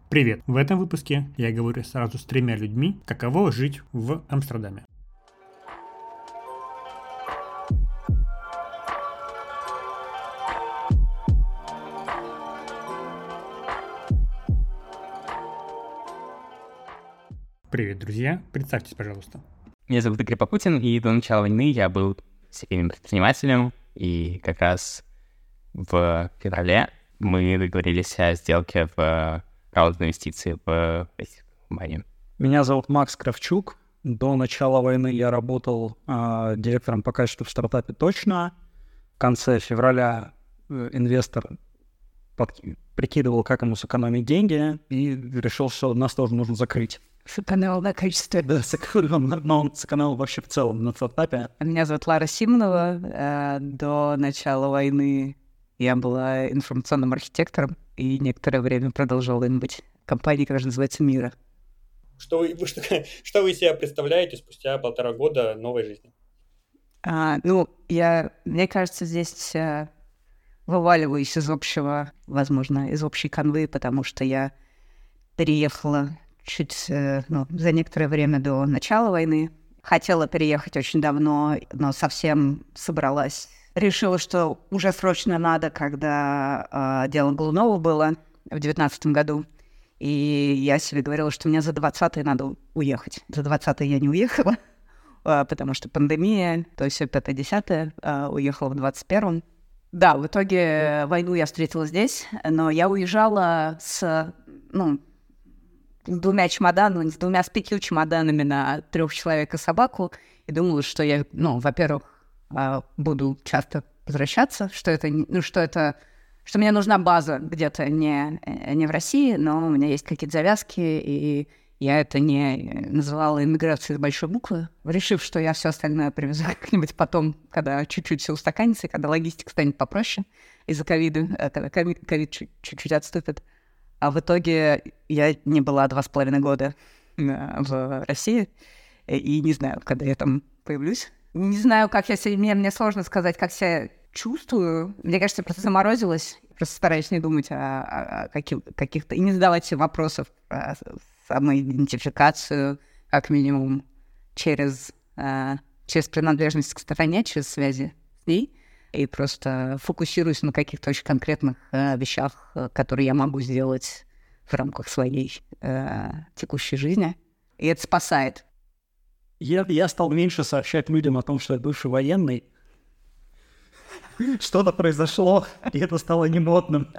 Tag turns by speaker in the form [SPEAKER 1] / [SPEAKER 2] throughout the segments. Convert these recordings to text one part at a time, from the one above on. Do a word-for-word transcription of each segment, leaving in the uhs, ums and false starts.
[SPEAKER 1] Привет! В этом выпуске я говорю сразу с тремя людьми, каково жить в Амстердаме. Привет, друзья! Представьтесь, пожалуйста.
[SPEAKER 2] Меня зовут Игорь Попутин, и до начала войны я был серийным предпринимателем, и как раз в феврале мы договорились о сделке в раунд инвестиций в компанию.
[SPEAKER 3] Меня зовут Макс Кравчук. До начала войны я работал э, директором по качеству в стартапе «Точно». В конце февраля э, инвестор под... прикидывал, как ему сэкономить деньги, и решил, что нас тоже нужно закрыть.
[SPEAKER 4] Сэкономил на качестве.
[SPEAKER 3] Да, сэкономил, но он сэкономил вообще в целом на стартапе.
[SPEAKER 4] Меня зовут Лара Симонова. Э, до начала войны я была информационным архитектором, и некоторое время продолжала им быть в компании, которая называется «Мира».
[SPEAKER 1] Что вы, что, что вы из себя представляете спустя полтора года новой жизни?
[SPEAKER 4] А, ну, я, мне кажется, здесь а, вываливаюсь из общего, возможно, из общей канвы, потому что я переехала чуть, ну, за некоторое время до начала войны. Хотела переехать очень давно, но совсем собралась. Решила, что уже срочно надо, когда а, дело Голунова было в девятнадцатом году. И я себе говорила, что мне за двадцатый надо уехать. За двадцатый я не уехала, потому что пандемия, то есть все пятое-десятое, уехала в двадцать первом. Да, в итоге войну я встретила здесь, но я уезжала с, ну, с двумя чемоданами, с двумя, с пятью чемоданами на трех человек и собаку, и думала, что я, ну, во-первых, буду часто возвращаться, что это, ну, что это... что мне нужна база где-то не, не в России, но у меня есть какие-то завязки, и я это не называла иммиграцией с большой буквы, решив, что я все остальное привезу как-нибудь потом, когда чуть-чуть все устаканится, и когда логистика станет попроще из-за ковида, когда ковид чуть-чуть отступит. А в итоге я не была два с половиной года в России, и не знаю, когда я там появлюсь. Не знаю, как я себя... Мне, мне сложно сказать, как себя чувствую. Мне кажется, я просто заморозилась. Просто стараюсь не думать о, о каких, каких-то... И не задавать себе вопросов про самоидентификацию, как минимум, через, а, через принадлежность к стране, через связи с ней. И просто фокусируюсь на каких-то очень конкретных а, вещах, которые я могу сделать в рамках своей а, текущей жизни. И это спасает.
[SPEAKER 3] Я, я стал меньше сообщать людям о том, что я бывший военный. Что-то произошло, и это стало немодным.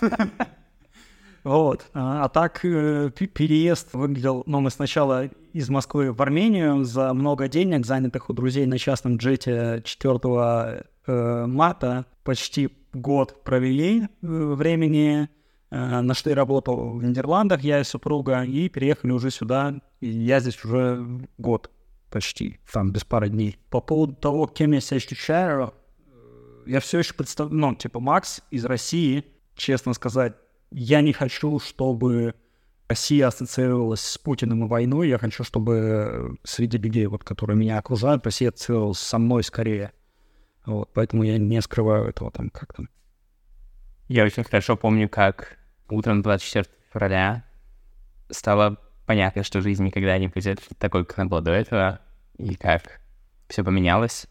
[SPEAKER 3] Вот. А, а так э, переезд выглядел... Ну, мы сначала из Москвы в Армению за много денег, занятых у друзей на частном джете четвёртого э, марта. Почти год провели э, времени, э, на что я работал в Нидерландах, я и супруга, и переехали уже сюда. И я здесь уже год почти, там, без пары дней. По поводу того, кем я себя ощущаю, я все еще представляю, ну, типа, Макс из России, честно сказать, я не хочу, чтобы Россия ассоциировалась с Путиным и войной, я хочу, чтобы среди людей, вот, которые меня окружают, Россия ассоциировалась со мной скорее. Вот, поэтому я не скрываю этого там как-то.
[SPEAKER 2] Я очень хорошо помню, как утром двадцать четвёртого февраля стало понятно, что жизнь никогда не будет такой, как она была до этого, и как все поменялось.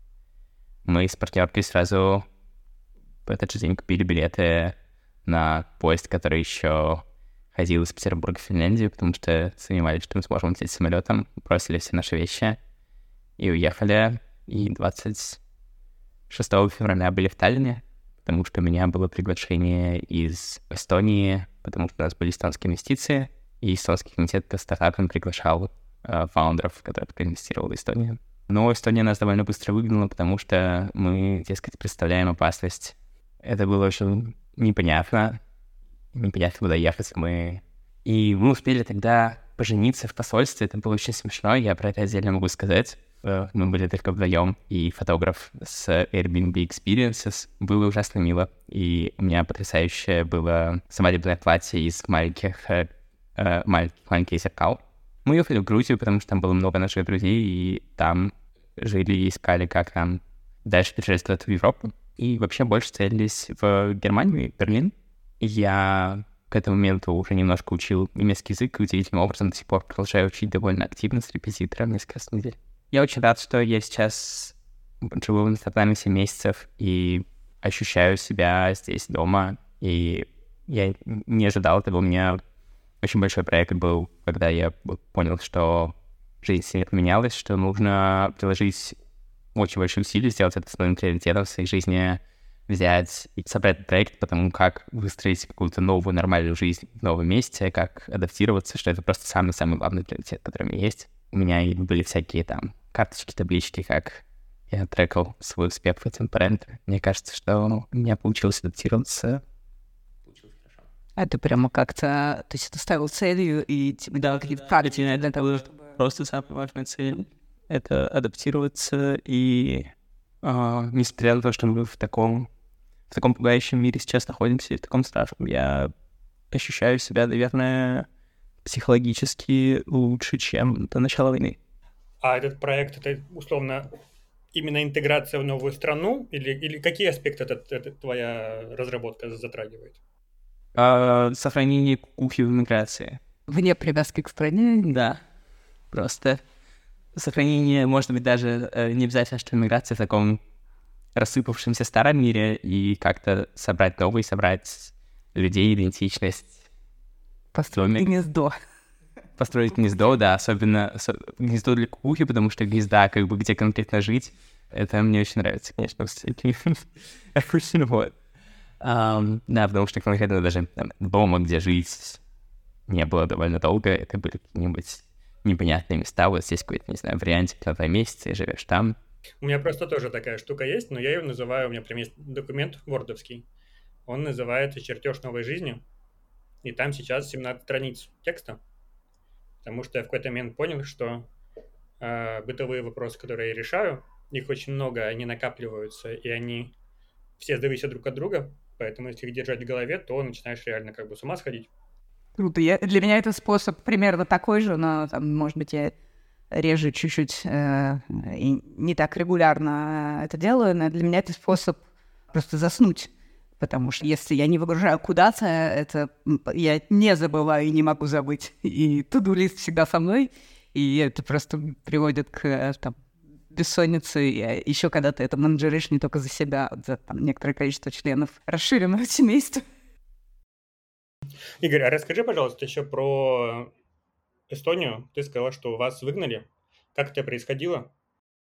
[SPEAKER 2] Мы с партнеркой сразу в этот же день купили билеты на поезд, который еще ходил из Петербурга в Финляндию, потому что сомневались, что мы сможем лететь самолетом, бросили все наши вещи и уехали. И двадцать шестого февраля были в Таллине, потому что у меня было приглашение из Эстонии, потому что у нас были эстонские инвестиции, и эстонский комитет по стартапам приглашал э, фаундеров, которые инвестировали в Эстонию. Но Эстония нас довольно быстро выгнала, потому что мы, дескать, представляем опасность. Это было очень непонятно. Непонятно, куда ехать. Мы... И мы успели тогда пожениться в посольстве. Это было очень смешно. Я про это отдельно могу сказать. Мы были только вдвоем. И фотограф с Airbnb Experiences. Было ужасно мило. И у меня потрясающее было свадебное платье из маленьких, э, маленьких, маленьких зеркал. Мы уехали в Грузию, потому что там было много наших друзей, и там жили и искали, как нам дальше путешествовать в Европу. И вообще больше целились в Германию и Берлин. Я к этому моменту уже немножко учил немецкий язык, и удивительным образом до сих пор продолжаю учить довольно активно с репетитором несколько раз в неделю. Я очень рад, что я сейчас живу в Амстердаме семь месяцев и ощущаю себя здесь дома, и я не ожидал этого. У меня очень большой проект был, когда я понял, что жизнь сильно поменялась, что нужно приложить очень большие усилия, сделать это основным приоритетом в своей жизни, взять и собрать проект по тому, как выстроить какую-то новую нормальную жизнь в новом месте, как адаптироваться, что это просто самый-самый главный приоритет, который у меня есть. У меня и были всякие там карточки, таблички, как я трекал свой успех в этом параметре. Мне кажется, что у меня получилось адаптироваться. Получилось хорошо.
[SPEAKER 4] А ты прямо как-то, то есть это ставил целью и тебе дал какие-то практики для того, чтобы...
[SPEAKER 2] Просто самая важная цель — это адаптироваться, и э, несмотря на то, что мы в таком, в таком пугающем мире сейчас находимся, и в таком страшном, я ощущаю себя, наверное, психологически лучше, чем до начала войны.
[SPEAKER 1] А этот проект, это условно именно интеграция в новую страну, или, или какие аспекты этот, этот, твоя разработка затрагивает?
[SPEAKER 2] А, сохранение кухни в миграции.
[SPEAKER 4] Вне привязки к стране?
[SPEAKER 2] Да. Просто сохранение, может быть, даже э, не обязательно, что миграция в таком рассыпавшемся старом мире, и как-то собрать новый, собрать людей, идентичность.
[SPEAKER 4] Построить гнездо.
[SPEAKER 2] Построить гнездо, да, особенно со- гнездо для кукухи, потому что гнезда, как бы, где конкретно жить, это мне очень нравится, конечно, вот. Um, да, потому что конкретно даже там, дома, где жить не было довольно долго, это были какие-нибудь непонятные места. Вот здесь какой-то, не знаю, вариантик на два месяца, и живешь там.
[SPEAKER 1] У меня просто тоже такая штука есть, но я ее называю, у меня прям есть документ вордовский, он называется «Чертеж новой жизни», и там сейчас семнадцать страниц текста, потому что я в какой-то момент понял, что э, бытовые вопросы, которые я решаю, их очень много, они накапливаются, и они все зависят друг от друга, поэтому если их держать в голове, то начинаешь реально как бы с ума сходить.
[SPEAKER 4] Круто. Я, для меня это способ примерно такой же, но, там, может быть, я реже чуть-чуть э, и не так регулярно это делаю, но для меня это способ просто заснуть. Потому что если я не выгружаю куда-то, это я не забываю и не могу забыть. И to-do-лист всегда со мной, и это просто приводит к там, бессоннице. И еще когда ты это менеджеришь не только за себя, а за там, некоторое количество членов расширенного семейства.
[SPEAKER 1] Игорь, а расскажи, пожалуйста, еще про Эстонию. Ты сказала, что вас выгнали. Как это происходило?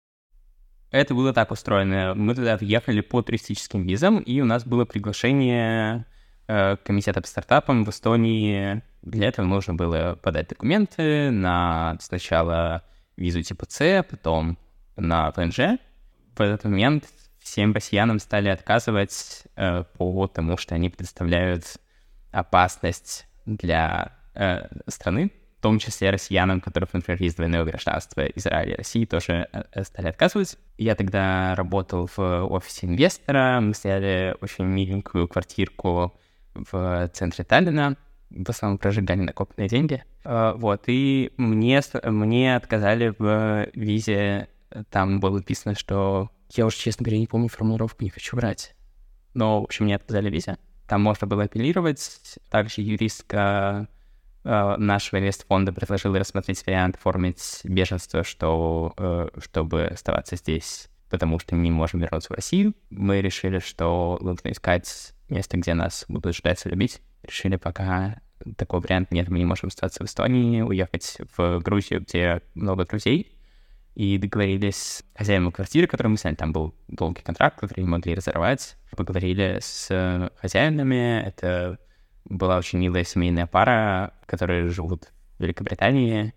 [SPEAKER 2] Это было так устроено. Мы туда въехали по туристическим визам, и у нас было приглашение э, комитета по стартапам в Эстонии. Для этого нужно было подать документы на сначала визу типа С, потом на ВНЖ. В этот момент всем россиянам стали отказывать э, по тому, что они представляют опасность для э, страны. В том числе россиянам, которых, например, есть двойное гражданство Израиля и России, тоже стали отказывать. Я тогда работал в офисе инвестора, мы сняли очень миленькую квартирку в центре Таллина, в основном прожигали накопленные деньги. Вот, и мне, мне отказали в визе, там было написано, что... Я уже, честно говоря, не помню формулировку, не хочу врать. Но, в общем, мне отказали в визе. Там можно было апеллировать, также юристка нашего инвестфонда предложил рассмотреть вариант оформить беженство, что, чтобы оставаться здесь, потому что не можем вернуться в Россию. Мы решили, что нужно искать место, где нас будут ждать и любить. Решили, пока такого варианта нет, мы не можем остаться в Эстонии, уехать в Грузию, где много друзей. И договорились с хозяином квартиры, которую мы сняли. Там был долгий контракт, который мы могли разорвать. Поговорили с хозяинами. Это была очень милая семейная пара, которые живут в Великобритании,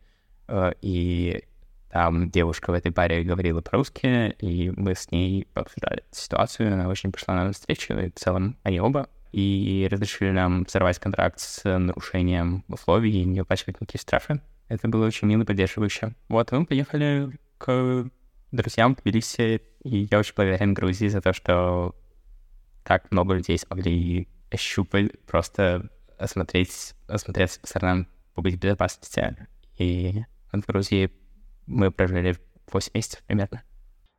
[SPEAKER 2] и там девушка в этой паре говорила по-русски, и мы с ней обсуждали ситуацию, она очень пошла нам навстречу, и в целом они оба, и разрешили нам взорвать контракт с нарушением условий и не уплачивать никакие штрафы. Это было очень мило и поддерживающе. Вот, мы поехали к друзьям в Тбилиси, и я очень благодарен Грузии за то, что так много людей смогли щупать, просто осмотреть, осмотреться по сторонам, побыть в безопасности. И в Грузии мы прожили восемь месяцев примерно.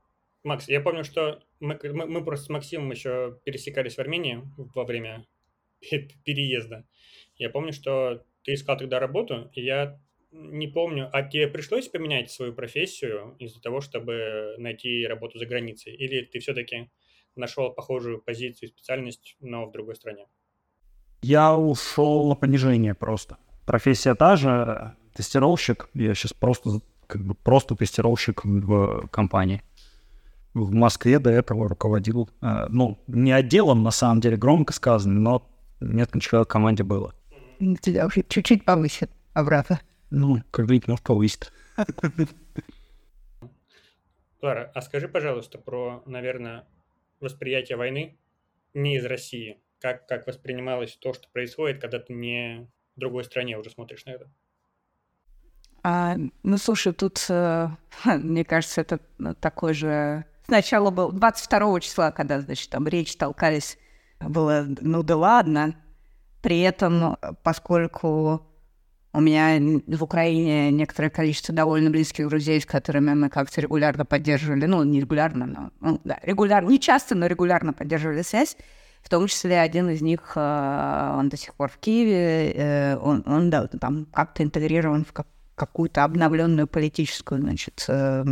[SPEAKER 1] Макс, я помню, что мы, мы, мы просто с Максимом еще пересекались в Армении во время переезда. Я помню, что ты искал тогда работу, и я не помню, а тебе пришлось поменять свою профессию из-за того, чтобы найти работу за границей? Или ты все-таки нашел похожую позицию и специальность, но в другой стране?
[SPEAKER 3] Я ушел на понижение просто. Профессия та же, тестировщик. Я сейчас просто, как бы, просто тестировщик в компании. В Москве до этого руководил, э, ну, не отделом, на самом деле, громко сказано, но несколько человек в команде было.
[SPEAKER 4] Тебя уже чуть-чуть повысит обратно.
[SPEAKER 3] Ну, как бы немножко повысит.
[SPEAKER 1] Клара, а скажи, пожалуйста, про, наверное, восприятие войны не из России. Как, как воспринималось то, что происходит, когда ты не в другой стране уже смотришь на это?
[SPEAKER 4] А, ну, слушай, тут, э, мне кажется, это такой же... Сначала был двадцать второго числа, когда, значит, там речь толкались, было, ну да ладно. При этом, поскольку у меня в Украине некоторое количество довольно близких друзей, с которыми мы как-то регулярно поддерживали, ну, не регулярно, но, ну, да, регулярно, не часто, но регулярно поддерживали связь, в том числе один из них, он до сих пор в Киеве, он, он да, там как-то интегрирован в как, какую-то обновленную политическую, значит,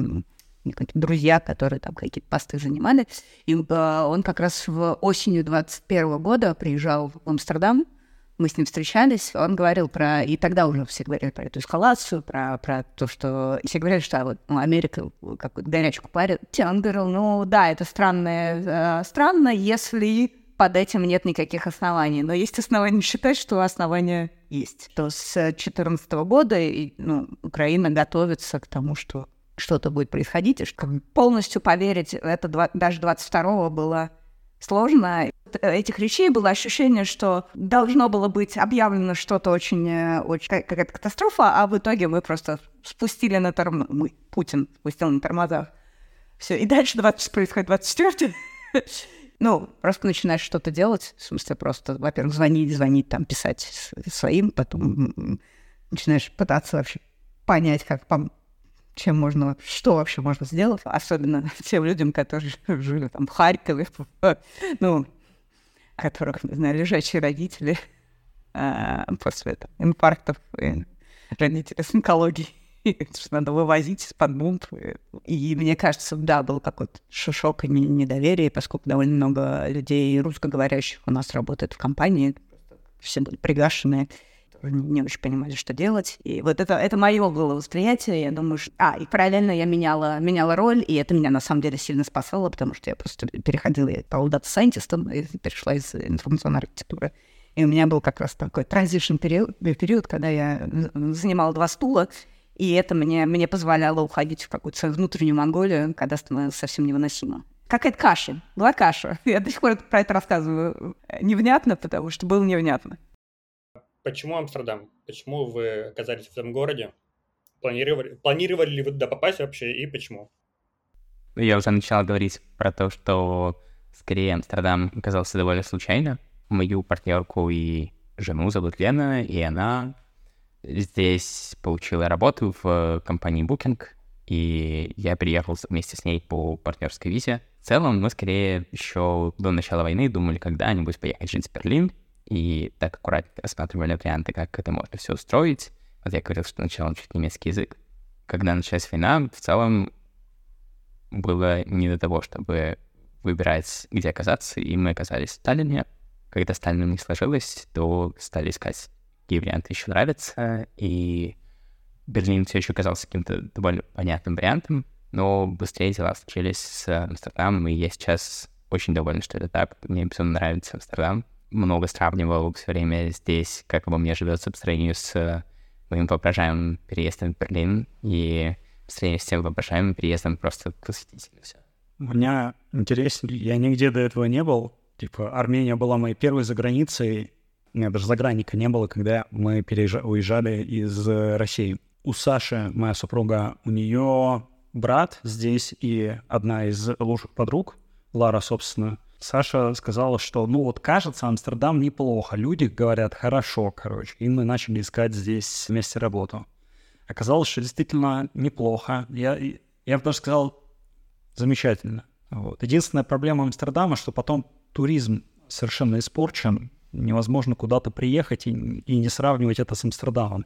[SPEAKER 4] друзья, которые там какие-то посты занимали. И он как раз в осенью двадцать первого года приезжал в Амстердам, мы с ним встречались, он говорил про... И тогда уже все говорили про эту эскалацию, про, про то, что... Все говорили, что вот, ну, Америка какую-то горячку парит. Он говорил, ну да, это странно, э, странно, если под этим нет никаких оснований. Но есть основания считать, что основания есть. То с две тысячи четырнадцатого года и, ну, Украина готовится к тому, что что-то будет происходить. И что полностью поверить, это два, даже двадцать второго было сложно. Этих речей было ощущение, что должно было быть объявлено что-то очень, очень какая-то катастрофа, а в итоге мы просто спустили на тормоза. Мы, Путин спустил на тормоза. Все, и дальше двадцать происходит двадцать четвёртое. Ну, просто начинаешь что-то делать, в смысле просто, во-первых, звонить, звонить, там, писать своим, потом начинаешь пытаться вообще понять, как пом- чем можно, что вообще можно сделать, особенно тем людям, которые жили там в Харькове, ну, которых, не знаю, лежачие родители а, после там, инфарктов, и родители с онкологией, что надо вывозить из-под бунт. И мне кажется, да, был какой-то шок и недоверие, поскольку довольно много людей русскоговорящих у нас работает в компании, все были пригашенные, не очень понимали, что делать. И вот это, это мое было восприятие. Я думаю, что... А, и параллельно я меняла, меняла роль, и это меня на самом деле сильно спасало, потому что я просто переходила, я стала дата-сайентистом, и перешла из информационной архитектуры. И у меня был как раз такой транзишн период, период, когда я занимала два стула, и это мне, мне позволяло уходить в какую-то свою внутреннюю Монголию, когда становилось совсем невыносимо. Какая-то каша, была каша. Я до сих пор про это рассказываю невнятно, потому что было невнятно.
[SPEAKER 1] Почему Амстердам? Почему вы оказались в этом городе? Планировали, планировали ли вы туда попасть вообще и почему?
[SPEAKER 2] Я уже начал говорить про то, что скорее Амстердам оказался довольно случайно. Мою партнерку и жену зовут Лена, и она здесь получила работу в компании Booking, и я приехал вместе с ней по партнерской визе. В целом мы скорее еще до начала войны думали когда-нибудь поехать жить в Берлин, и так аккуратненько рассматривали варианты, как это можно все устроить. Вот я говорил, что сначала учить немецкий язык. Когда началась война, в целом было не до того, чтобы выбирать, где оказаться, и мы оказались в Сталине. Когда Сталину не сложилось, то стали искать, какие варианты еще нравятся, и Берлин все еще казался каким-то довольно понятным вариантом, но быстрее дела случились с Амстердамом, и я сейчас очень доволен, что это так. Мне безумно нравится Амстердам. Много сравнивал все время здесь, как обо мне живется по сравнению с моим воображаемым переездом в Берлин, и по сравнению с тем воображаемым переездом просто восхитительно все.
[SPEAKER 3] У меня интересно, я нигде до этого не был. Типа, Армения была моей первой заграницей. У меня даже загранника не было, когда мы переезжали, уезжали из России. У Саши, моя супруга, у нее брат здесь и одна из лучших подруг, Лара, собственно. Саша сказала, что, ну вот, кажется, Амстердам неплохо. Люди говорят, хорошо, короче. И мы начали искать здесь вместе работу. Оказалось, что действительно неплохо. Я, я бы даже сказал, замечательно. Вот. Единственная проблема Амстердама, что потом туризм совершенно испорчен. невозможно куда-то приехать и, и не сравнивать это с Амстердамом.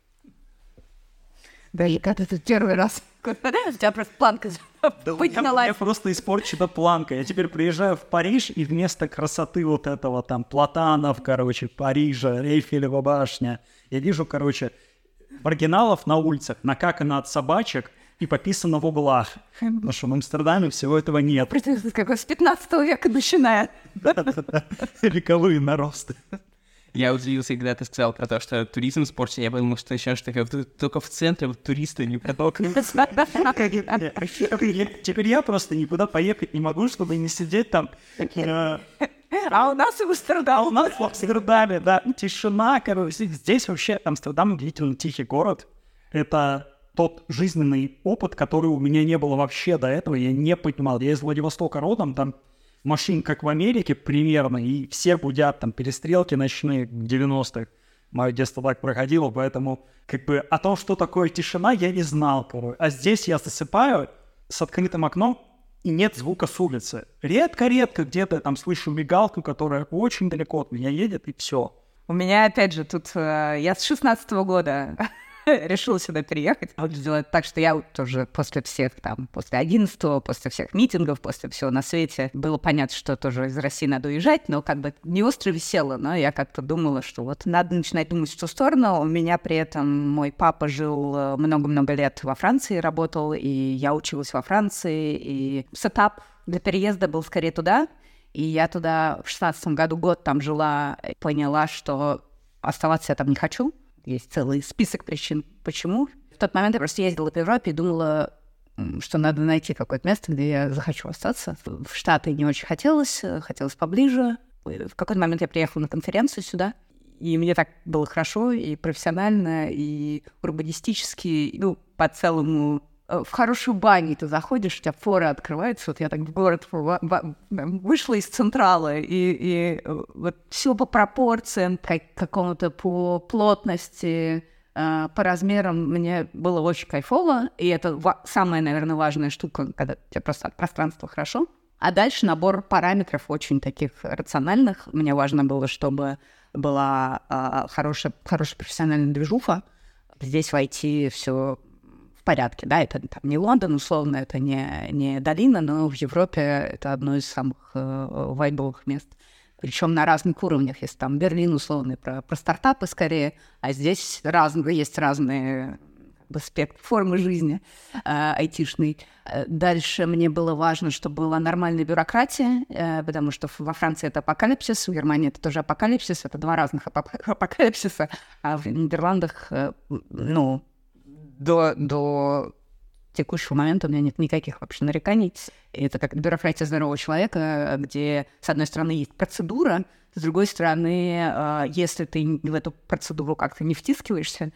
[SPEAKER 4] Да, и когда ты первый раз, у тебя просто планка поднялась.
[SPEAKER 3] Я просто испорчена планка. Я теперь приезжаю в Париж, и вместо красоты вот этого там Платанов, короче, Парижа, Эйфелева башня, я вижу, короче, маргиналов на улицах, накакано от собачек и пописано в углах. Потому что в Амстердаме всего этого нет.
[SPEAKER 4] Какой с пятнадцатого века начиная.
[SPEAKER 3] Вековые наросты.
[SPEAKER 2] Я удивился, когда ты сказал про то, что туризм в спорте. Я подумал, что еще что только в центре вот, туристы не поток.
[SPEAKER 3] Теперь я просто никуда поехать не могу, чтобы не сидеть там.
[SPEAKER 4] А у нас и в Амстердаме.
[SPEAKER 3] А у нас в Амстердаме, да, тишина, короче. Здесь вообще Амстердам удивительно тихий город. Это тот жизненный опыт, который у меня не было вообще до этого. Я не понимал. Я из Владивостока родом, там машин, как в Америке, примерно, и все гудят, там, перестрелки ночные в девяностых. Мое детство так проходило, поэтому, как бы, о том, что такое тишина, я не знал, короче. А здесь я засыпаю с открытым окном, и нет звука с улицы. Редко-редко где-то я там слышу мигалку, которая очень далеко от меня едет, и все.
[SPEAKER 4] У меня, опять же, тут... Э, я с шестнадцатого года решила сюда переехать. Сделать так, что я тоже после всех там, после одиннадцатого, после всех митингов, после всего на свете, было понятно, что тоже из России надо уезжать, но как бы не остро висело, но я как-то думала, что вот надо начинать думать в ту сторону. У меня при этом мой папа жил много-много лет во Франции, работал, и я училась во Франции, и сетап для переезда был скорее туда. И я туда в шестнадцатом году год там жила, поняла, что оставаться я там не хочу. Есть целый список причин, почему. В тот момент я просто ездила по Европе и думала, что надо найти какое-то место, где я захочу остаться. В Штаты не очень хотелось, хотелось поближе. В какой-то момент я приехала на конференцию сюда, и мне так было хорошо и профессионально, и урбанистически, ну, по целому... В хорошую баню ты заходишь, у тебя форы открываются. Вот я так в город вышла из Централа, и, и вот все по пропорциям, как, какому-то по плотности, э, по размерам мне было очень кайфово. И это ва- самая, наверное, важная штука, когда у тебя просто пространство хорошо. А дальше набор параметров очень таких рациональных. Мне важно было, чтобы была э, хорошая, хорошая профессиональная движуха. Здесь войти все... в порядке, да, это там, не Лондон, условно, это не, не долина, но в Европе это одно из самых э, вайбовых мест. Причем на разных уровнях. Есть там Берлин, условно, про, про стартапы скорее, а здесь раз, есть разные как бы, спектры, формы жизни э, айтишной. Дальше мне было важно, чтобы была нормальная бюрократия, э, потому что во Франции это апокалипсис, в Германии это тоже апокалипсис, это два разных ап- апокалипсиса, а в Нидерландах, э, ну, До, до текущего момента у меня нет никаких вообще нареканий. И это как бюрократия здорового человека, где, с одной стороны, есть процедура, с другой стороны, если ты в эту процедуру как-то не втискиваешься,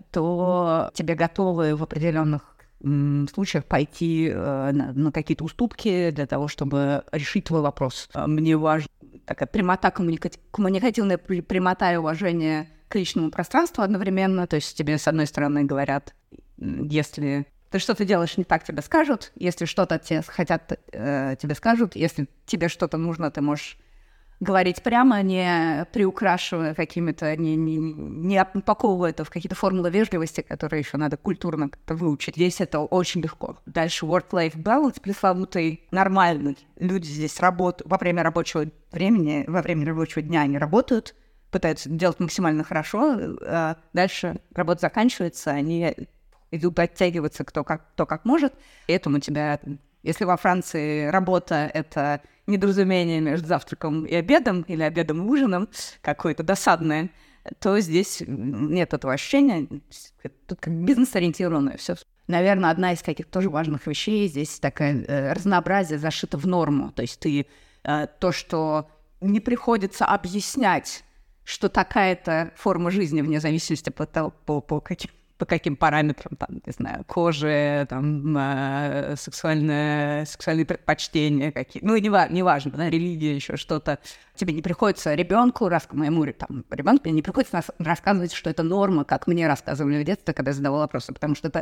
[SPEAKER 4] то тебе готовы в определенных случаях пойти на, на какие-то уступки для того, чтобы решить твой вопрос. Мне важна такая прямота, коммуника- коммуникативная прямота и уважение к личному пространству одновременно. То есть тебе, с одной стороны, говорят, если ты что-то делаешь не так, тебе скажут. Если что-то тебе хотят, э, тебе скажут. Если тебе что-то нужно, ты можешь говорить прямо, не приукрашивая какими-то, не, не, не упаковывая это в какие-то формулы вежливости, которые еще надо культурно как-то выучить. Здесь это очень легко. Дальше work-life balance пресловутый, нормальный. Люди здесь работают во время рабочего времени, во время рабочего дня они работают, пытаются делать максимально хорошо. А дальше работа заканчивается, они идут оттягиваться кто как, кто как может. И этому тебя... Если во Франции работа — это недоразумение между завтраком и обедом, или обедом и ужином, какое-то досадное, то здесь нет этого ощущения. Тут как бизнес-ориентированное все. Наверное, одна из каких-то тоже важных вещей здесь такое э, разнообразие зашито в норму. То есть ты э, то, что не приходится объяснять, что такая-то форма жизни, вне зависимости по, по, по каким по каким параметрам, там, не знаю, кожи, там, э, сексуальное, сексуальные предпочтения какие, ну, не, не важно, да, религия, еще что-то. Тебе не приходится ребенку, рас... моему там, ребенку, мне не приходится нас... рассказывать, что это норма, как мне рассказывали в детстве, когда я задавала вопросы, потому что это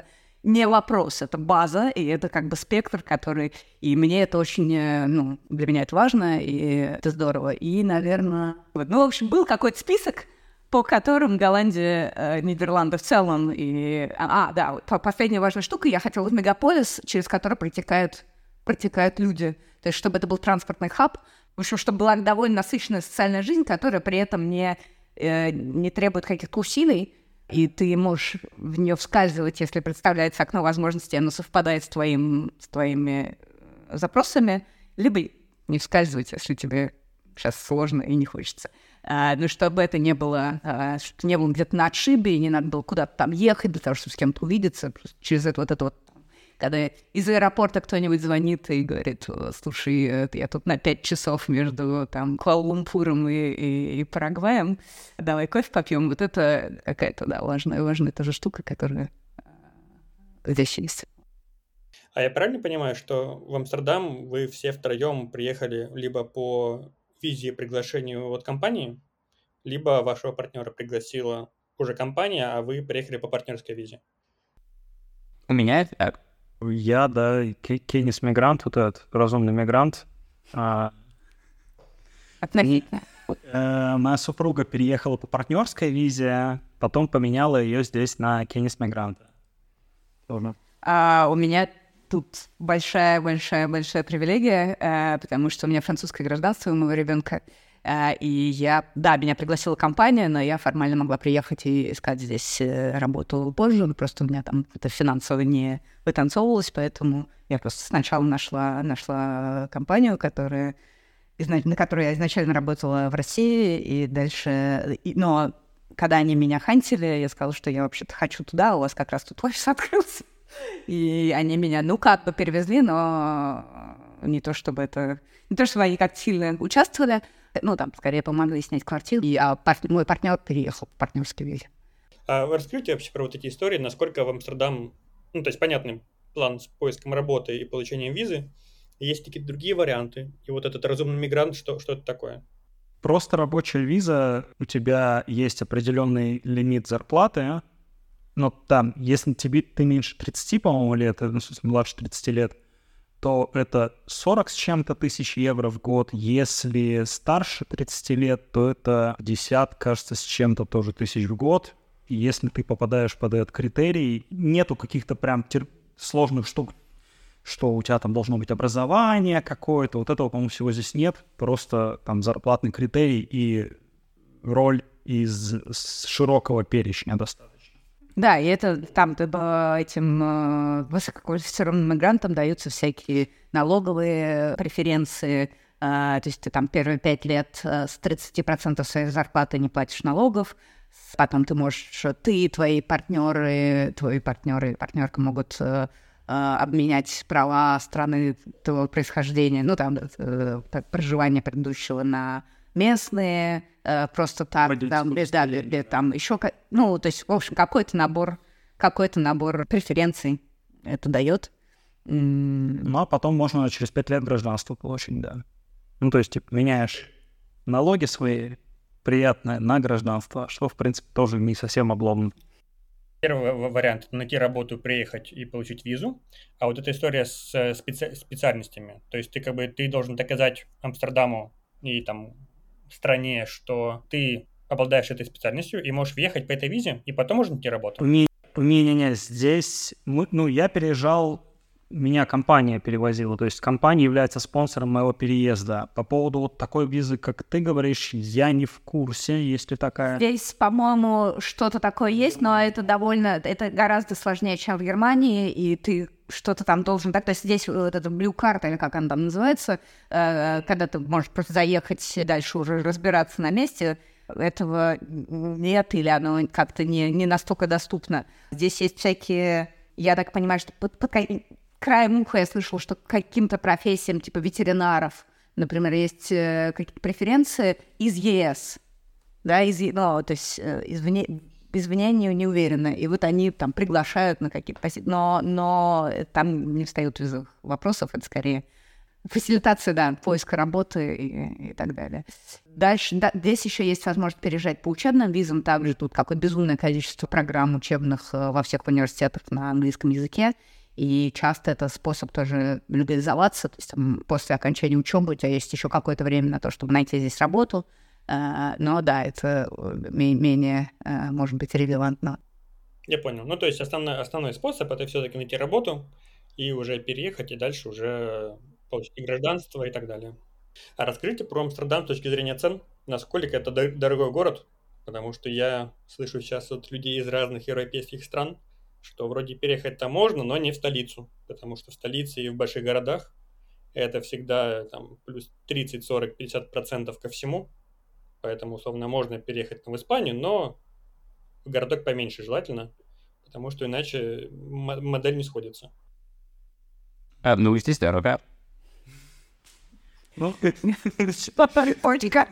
[SPEAKER 4] не вопрос, это база, и это как бы спектр, который... И мне это очень, ну, для меня это важно, и это здорово. И, наверное... Вот. Ну, в общем, был какой-то список, по которым Голландия, э, Нидерланды в целом, и... А, да, вот последняя важная штука, я хотела в мегаполис, через который протекают, протекают люди. То есть, чтобы это был транспортный хаб, в общем, чтобы была довольно насыщенная социальная жизнь, которая при этом не, э, не требует каких-то усилий, и ты можешь в нее вскальзывать, если представляется окно возможностей, оно совпадает с, твоим, с твоими запросами, либо не вскальзывать, если тебе сейчас сложно и не хочется. А, ну, чтобы это не было, а, чтобы не было где-то на отшибе, и не надо было куда-то там ехать для того, чтобы с кем-то увидеться, просто через это вот это вот. Когда из аэропорта кто-нибудь звонит и говорит: слушай, я тут на пять часов между там Куала-Лумпуром и, и, и Парагваем, давай кофе попьем. Вот это какая-то, да, важная, важная тоже штука, которая здесь есть.
[SPEAKER 1] А я правильно понимаю, что в Амстердам вы все втроем приехали либо по визе приглашению от компании, либо вашего партнера пригласила уже компания, а вы приехали по партнерской визе?
[SPEAKER 2] У меня это так.
[SPEAKER 3] Я, да, кейнис-мигрант, вот этот разумный мигрант. А,
[SPEAKER 4] Относительно.
[SPEAKER 3] э, моя супруга переехала по партнерской визе, потом поменяла ее здесь на кейнис-мигранта.
[SPEAKER 4] А у меня тут большая-большая-большая привилегия, э, потому что у меня французское гражданство у моего ребенка. Uh, и я, да, меня пригласила компания, но я формально могла приехать и искать здесь uh, работу позже, но просто у меня там это финансово не вытанцовывалось, поэтому я просто сначала нашла, нашла компанию, которая, на которой я изначально работала в России, и дальше... И, но когда они меня хантили, я сказала, что я вообще-то хочу туда, у вас как раз тут офис открылся. И они меня, ну, как бы перевезли, но не то чтобы это... Не то чтобы они как-то сильно участвовали, ну, там, скорее помогли снять квартиру, и а, пар... мой партнер переехал по партнерской визе.
[SPEAKER 1] А расскажите вообще про вот эти истории, насколько в Амстердам, ну, то есть понятный план с поиском работы и получением визы, есть какие-то другие варианты, и вот этот разумный мигрант, что, что это такое?
[SPEAKER 3] Просто рабочая виза, у тебя есть определенный лимит зарплаты, но там, если тебе ты меньше тридцати, по-моему, лет, ну, в смысле, младше тридцати лет, то это сорок с чем-то тысяч евро в год. Если старше тридцати лет, то это пятьдесят, кажется, с чем-то тоже тысяч в год. И если ты попадаешь под этот критерий, нету каких-то прям тер... сложных штук, что у тебя там должно быть образование какое-то. Вот этого, по-моему, всего здесь нет. Просто там зарплатный критерий и роль из широкого перечня достаточно.
[SPEAKER 4] Да, и это там этим э, высококвалифицированным мигрантам даются всякие налоговые преференции. Э, то есть ты там первые пять лет э, с тридцати процентов своей зарплаты не платишь налогов. Потом ты можешь, ты, твои партнеры, твои партнеры, партнерка могут э, э, обменять права страны твоего происхождения, ну там э, проживания предыдущего на местные, э, просто так, там, без, да, или там еще, ну, то есть, в общем, какой-то набор, какой-то набор преференций это дает.
[SPEAKER 3] Ну, а потом можно через пять лет гражданство получить, да. Ну, то есть, типа, меняешь налоги свои приятные на гражданство, что, в принципе, тоже не совсем обломно.
[SPEAKER 1] Первый вариант — найти работу, приехать и получить визу. А вот эта история с специ- специальностями, то есть ты как бы ты должен доказать Амстердаму и там стране, что ты обладаешь этой специальностью и можешь въехать по этой визе, и потом можно найти работу.
[SPEAKER 3] Не-не-не, здесь, мы, ну, я переезжал, меня компания перевозила, то есть компания является спонсором моего переезда. По поводу вот такой визы, как ты говоришь, я не в курсе, есть ли такая.
[SPEAKER 4] Здесь, по-моему, что-то такое есть, но это довольно, это гораздо сложнее, чем в Германии, и ты что-то там должен, так, то есть здесь вот эта blue card, или как она там называется, э, когда ты можешь просто заехать и дальше уже разбираться на месте, этого нет, или оно как-то не, не настолько доступно. Здесь есть всякие, я так понимаю, что под, под краем уха я слышала, что к каким-то профессиям, типа ветеринаров, например, есть э, какие-то преференции из ЕС, да, из, ну, то есть э, извне, извне не, не уверена, и вот они там приглашают на какие-то позиции, но, но там не встают визовых вопросов, это скорее фасилитация, да, поиска работы и, и так далее. Дальше, да, здесь еще есть возможность переезжать по учебным визам. Также тут какое-то безумное количество программ учебных во всех университетах на английском языке. И часто это способ тоже легализоваться. То есть там, после окончания учебы у тебя есть еще какое-то время на то, чтобы найти здесь работу. Но да, это менее, может быть, релевантно.
[SPEAKER 1] Я понял. Ну, то есть основной, основной способ — это все-таки найти работу и уже переехать, и дальше уже получить гражданство и так далее. А расскажите про Амстердам с точки зрения цен. Насколько это дорогой город? Потому что я слышу сейчас от людей из разных европейских стран, что вроде переехать там можно, но не в столицу. Потому что в столице и в больших городах это всегда там плюс тридцать, сорок, пятьдесят процентов ко всему. Поэтому, условно, можно переехать в Испанию, но в городок поменьше желательно, потому что иначе м- модель не сходится.
[SPEAKER 2] А, ну, здесь дорого.
[SPEAKER 3] Ну,
[SPEAKER 4] Портика.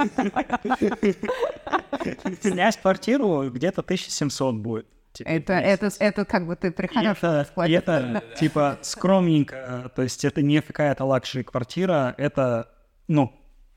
[SPEAKER 3] снять квартиру где-то тысяча семьсот будет. типа,
[SPEAKER 4] Это,
[SPEAKER 3] в месяц.
[SPEAKER 4] это, это как бы ты при
[SPEAKER 3] И
[SPEAKER 4] хорошем
[SPEAKER 3] это,
[SPEAKER 4] расскладе.
[SPEAKER 3] и это, типа, скромненько, то есть это не какая-то лакшери квартира, это, ну,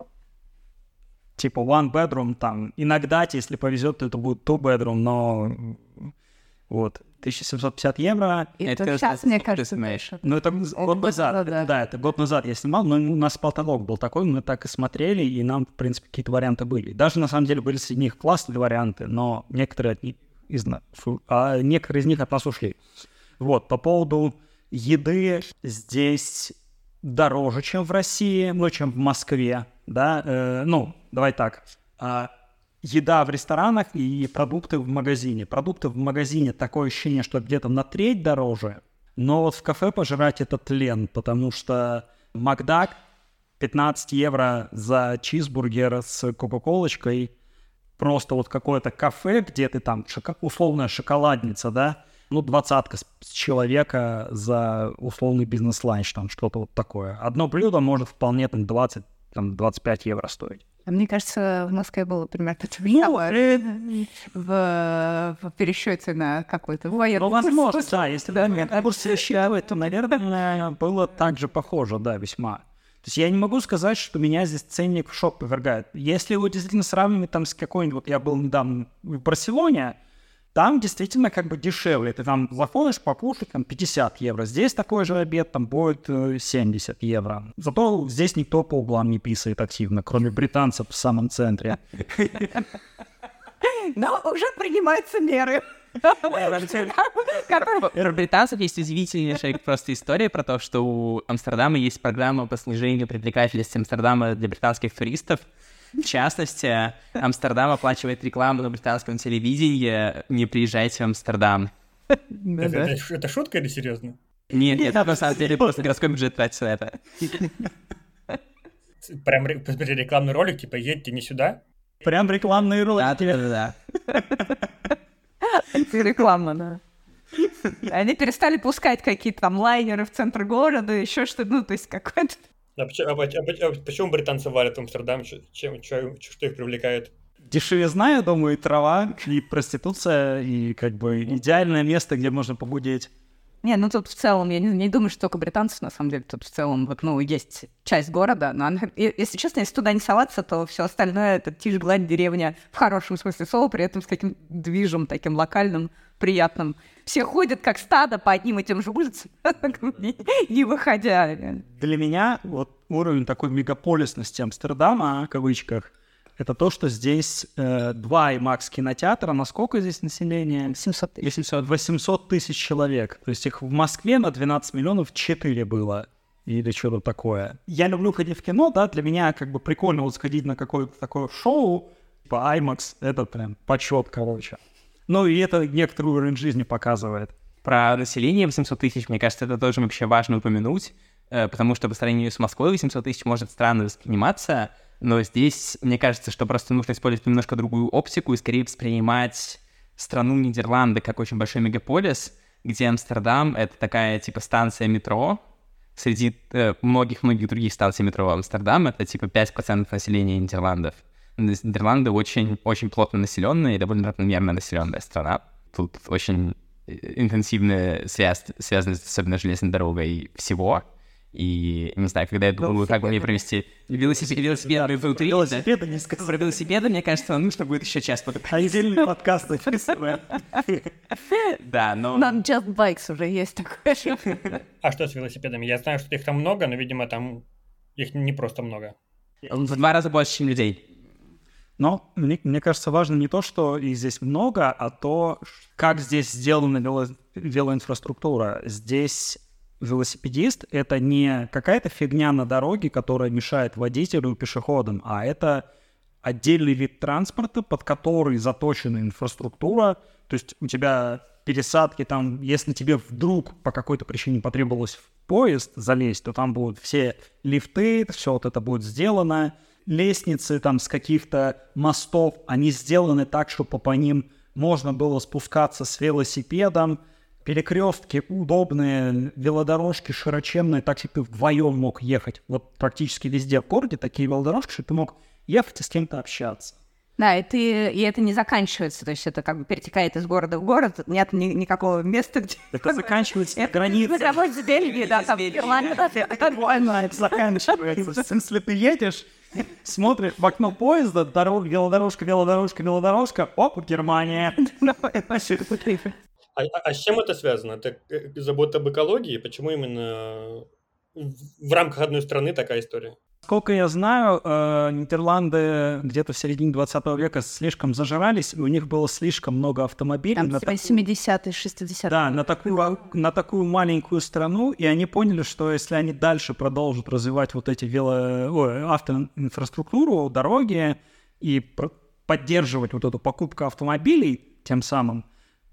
[SPEAKER 3] типа one bedroom там. Иногда, если повезет, то это будет two bedroom, но вот, тысяча семьсот пятьдесят евро.
[SPEAKER 4] Это
[SPEAKER 2] Это
[SPEAKER 4] сейчас,
[SPEAKER 2] как
[SPEAKER 4] мне
[SPEAKER 2] ты
[SPEAKER 4] кажется,
[SPEAKER 2] знаешь.
[SPEAKER 4] дальше.
[SPEAKER 3] Ну, это год назад.
[SPEAKER 4] да.
[SPEAKER 3] Да, это год назад я снимал, но у нас потолок был такой, мы так и смотрели, и нам, в принципе, какие-то варианты были. Даже, на самом деле, были среди них классные варианты, но некоторые, от них из нас, фу, а некоторые из них от нас ушли. Вот, по поводу еды, здесь дороже, чем в России, ну, чем в Москве, да, э, ну, давай так, а, еда в ресторанах и продукты в магазине. Продукты в магазине такое ощущение, что где-то на треть дороже, но вот в кафе пожрать это тлен, потому что Макдак пятнадцать евро за чизбургер с кока-колочкой, просто вот какое-то кафе, где ты там, шоко- условная шоколадница, да, ну, двадцатка с с человека за условный бизнес-ланч, там что-то вот такое. Одно блюдо может вполне там двадцать, там, двадцать пять евро стоить.
[SPEAKER 4] А мне кажется, в Москве было примерно то же самое. В, в пересчете на какой-то военный.
[SPEAKER 3] Ну, возможно, да, если бы курс считывать, то, наверное, было так же похоже, да, весьма. То есть я не могу сказать, что меня здесь ценник в шок повергает. Если его действительно сравнивать там с какой-нибудь... Вот я был недавно в Барселоне, там действительно как бы дешевле. Ты там заходишь покушать, там пятьдесят евро. Здесь такой же обед, там будет э, семьдесят евро. Зато здесь никто по углам не писает активно, кроме британцев в самом центре.
[SPEAKER 4] Но уже принимаются меры.
[SPEAKER 2] У британцев есть удивительнейшая просто история про то, что у Амстердама есть программа по снижению привлекательности Амстердама для британских туристов. В частности, Амстердам оплачивает рекламу на британском телевидении «Не приезжайте в Амстердам».
[SPEAKER 1] Это, это- это шутка или серьезно?
[SPEAKER 2] Нет, нет, на самом деле просто городской бюджет тратится на это.
[SPEAKER 1] Прям ре- посмотри, рекламный ролик, типа, едьте не сюда.
[SPEAKER 3] Прям рекламные ролики.
[SPEAKER 2] Да-да-да.
[SPEAKER 4] Это реклама, да. Они перестали пускать какие-то там лайнеры в центр города, еще что-то, ну, то есть какой-то...
[SPEAKER 1] А почему, а поч- а поч- а почему британцы валят в Амстердам? Чё- Чем, чё- чё- что их привлекает?
[SPEAKER 3] Дешевизна, я думаю, и трава, и проституция, и как бы идеальное место, где можно погудеть.
[SPEAKER 4] Не, ну тут в целом, я не, не думаю, что только британцев, на самом деле, тут в целом, вот, ну, есть часть города, но она, и- если честно, если туда не соваться, то все остальное — это тишь, гладь, деревня, в хорошем смысле слова, при этом с таким движем таким локальным, приятным. Все ходят как стадо по одним и тем же улицам, не не выходя.
[SPEAKER 3] Для меня вот уровень такой мегаполисности Амстердама, в кавычках, это то, что здесь э, два IMAX кинотеатра. На сколько здесь население?
[SPEAKER 4] семьсот тысяч.
[SPEAKER 3] восемьсот, восемьсот тысяч человек. То есть их в Москве на двенадцать миллионов четыре было. Или что-то такое. Я люблю ходить в кино, да, для меня как бы прикольно вот сходить на какое-то такое шоу, типа IMAX, это прям почет, короче. Ну и это некоторый уровень жизни показывает.
[SPEAKER 2] Про население восемьсот тысяч, мне кажется, это тоже вообще важно упомянуть, э, потому что по сравнению с Москвой восемьсот тысяч может странно восприниматься, но здесь, мне кажется, что просто нужно использовать немножко другую оптику и скорее воспринимать страну Нидерланды как очень большой мегаполис, где Амстердам — это такая типа станция метро. Среди э, многих-многих других станций метро Амстердам — это типа пять процентов населения Нидерландов. Нидерланды очень, очень плотно населенная и довольно равномерно населенная страна. Тут очень интенсивная связь, связанная особенно с железной дорогой всего. И, не знаю, когда я думаю, как мне провести велосипед, велосипедный внутри,
[SPEAKER 3] Велосипеда не сказал.
[SPEAKER 2] про велосипеды, мне кажется, нужно будет еще час подумать.
[SPEAKER 3] Отдельный подкаст записываем.
[SPEAKER 2] Да, но...
[SPEAKER 4] На Just Bikes уже есть такое.
[SPEAKER 1] А что с велосипедами? Я знаю, что их там много, но, видимо, там их не просто много.
[SPEAKER 2] В два раза больше, чем людей.
[SPEAKER 3] Но мне, мне кажется, важно не то, что их здесь много, а то, как здесь сделана вело, велоинфраструктура. Здесь велосипедист — это не какая-то фигня на дороге, которая мешает водителю и пешеходам, а это отдельный вид транспорта, под который заточена инфраструктура. То есть у тебя пересадки там, если тебе вдруг по какой-то причине потребовалось в поезд залезть, то там будут все лифты, все вот это будет сделано. Лестницы там с каких-то мостов, они сделаны так, чтобы по ним можно было спускаться с велосипедом. Перекрестки удобные, велодорожки широченные, так что ты вдвоем мог ехать. Вот практически везде в городе такие велодорожки, что ты мог ехать и с кем-то общаться.
[SPEAKER 4] Да, и, ты, и это не заканчивается, то есть это как бы перетекает из города в город, нет ни, никакого места, где...
[SPEAKER 3] Это заканчивается на границе.
[SPEAKER 4] Это в Бельгии, да, там в Ирландии, да, это нормально.
[SPEAKER 3] Это заканчивается. Если ты едешь, смотришь в окно поезда, дорога, велодорожка, велодорожка, велодорожка, оп, Германия.
[SPEAKER 1] А, а с чем это связано? Это забота об экологии? Почему именно в, в рамках одной страны такая история?
[SPEAKER 3] Сколько я знаю, э, Нидерланды где-то в середине двадцатого века слишком зажирались, у них было слишком много автомобилей.
[SPEAKER 4] Там
[SPEAKER 3] на
[SPEAKER 4] семидесятые, шестидесятые.
[SPEAKER 3] Да, на такую, на такую маленькую страну, и они поняли, что если они дальше продолжат развивать вот эти вело... Ой, автоинфраструктуру, дороги и про- поддерживать вот эту покупку автомобилей тем самым,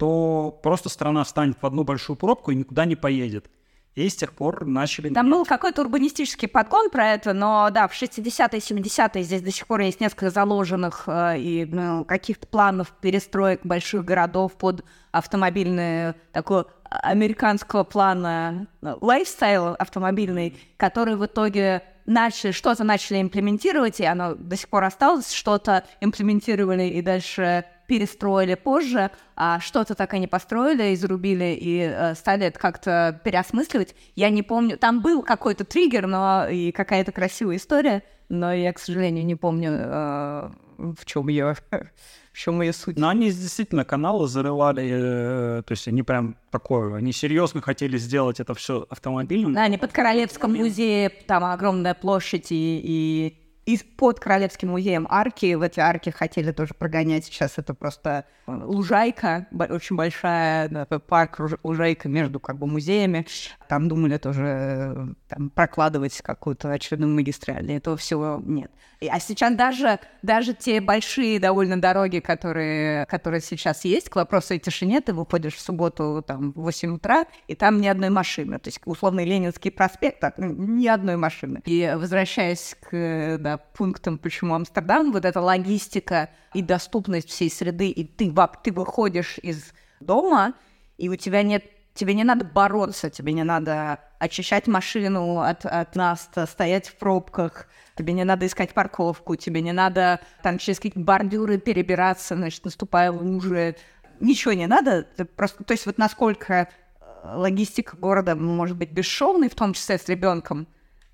[SPEAKER 3] то просто страна встанет в одну большую пробку и никуда не поедет. И с тех пор начали...
[SPEAKER 4] Там был какой-то урбанистический подгон про это, но да, в шестидесятые, семидесятые здесь до сих пор есть несколько заложенных э, и ну, каких-то планов перестроек больших городов под автомобильные, такого американского плана лайфстайл автомобильный, который в итоге начали, что-то начали имплементировать, и оно до сих пор осталось, что-то имплементировали и дальше перестроили позже, а что-то так и не построили, изрубили и э, стали это как-то переосмысливать. Я не помню, там был какой-то триггер, но и какая-то красивая история, но я, к сожалению, не помню, э, в чем ее, в чем ее суть.
[SPEAKER 3] Но они действительно каналы зарывали, э, то есть они прям такое, они серьезно хотели сделать это все автомобильным.
[SPEAKER 4] Да, они под Королевском музее, там огромная площадь и, и И под Королевским музеем арки, в эти арки хотели тоже прогонять. Сейчас это просто лужайка, очень большая, да, парк, лужайка между как бы музеями. Там думали тоже там, прокладывать какую-то очередную магистраль. Этого всего нет. И, а сейчас даже, даже те большие довольно дороги, которые, которые сейчас есть, к вопросу о тишине, ты выходишь в субботу там, в восемь утра, и там ни одной машины. То есть условный Ленинский проспект, так, ни одной машины. И возвращаясь к да, пунктам, почему Амстердам, вот эта логистика и доступность всей среды, и ты, ты выходишь из дома, и у тебя нет, тебе не надо бороться, тебе не надо очищать машину от, от наста, стоять в пробках, тебе не надо искать парковку, тебе не надо там через какие-то бордюры перебираться, значит, наступая в лужи. Ничего не надо. Ты просто, то есть вот насколько логистика города может быть бесшовной, в том числе с ребенком,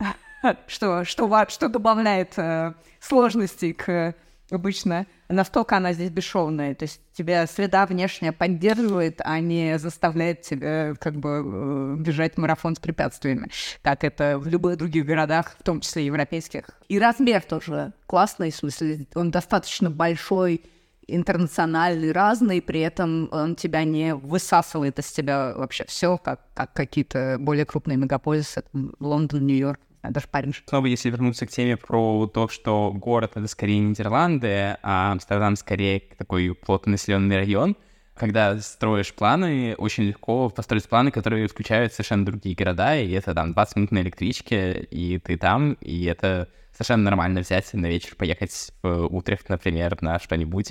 [SPEAKER 4] что, что, что добавляет э, сложностей к обычно, настолько она здесь бесшовная. То есть тебя среда внешняя поддерживает, а не заставляет тебя как бы э, бежать марафон с препятствиями, как это в любых других городах, в том числе европейских. И размер тоже классный, в смысле, он достаточно большой, интернациональный, разный, при этом он тебя не высасывает из тебя вообще все, как, как какие-то более крупные мегаполисы, Лондон, Нью-Йорк. Даже Париж.
[SPEAKER 2] Снова, если вернуться к теме про то, что город — это скорее Нидерланды, а Амстердам скорее такой плотно населенный район, когда строишь планы, очень легко построить планы, которые включают совершенно другие города, и это там двадцать минут на электричке, и ты там, и это совершенно нормально взять на вечер, поехать в Утрехт, например, на что-нибудь.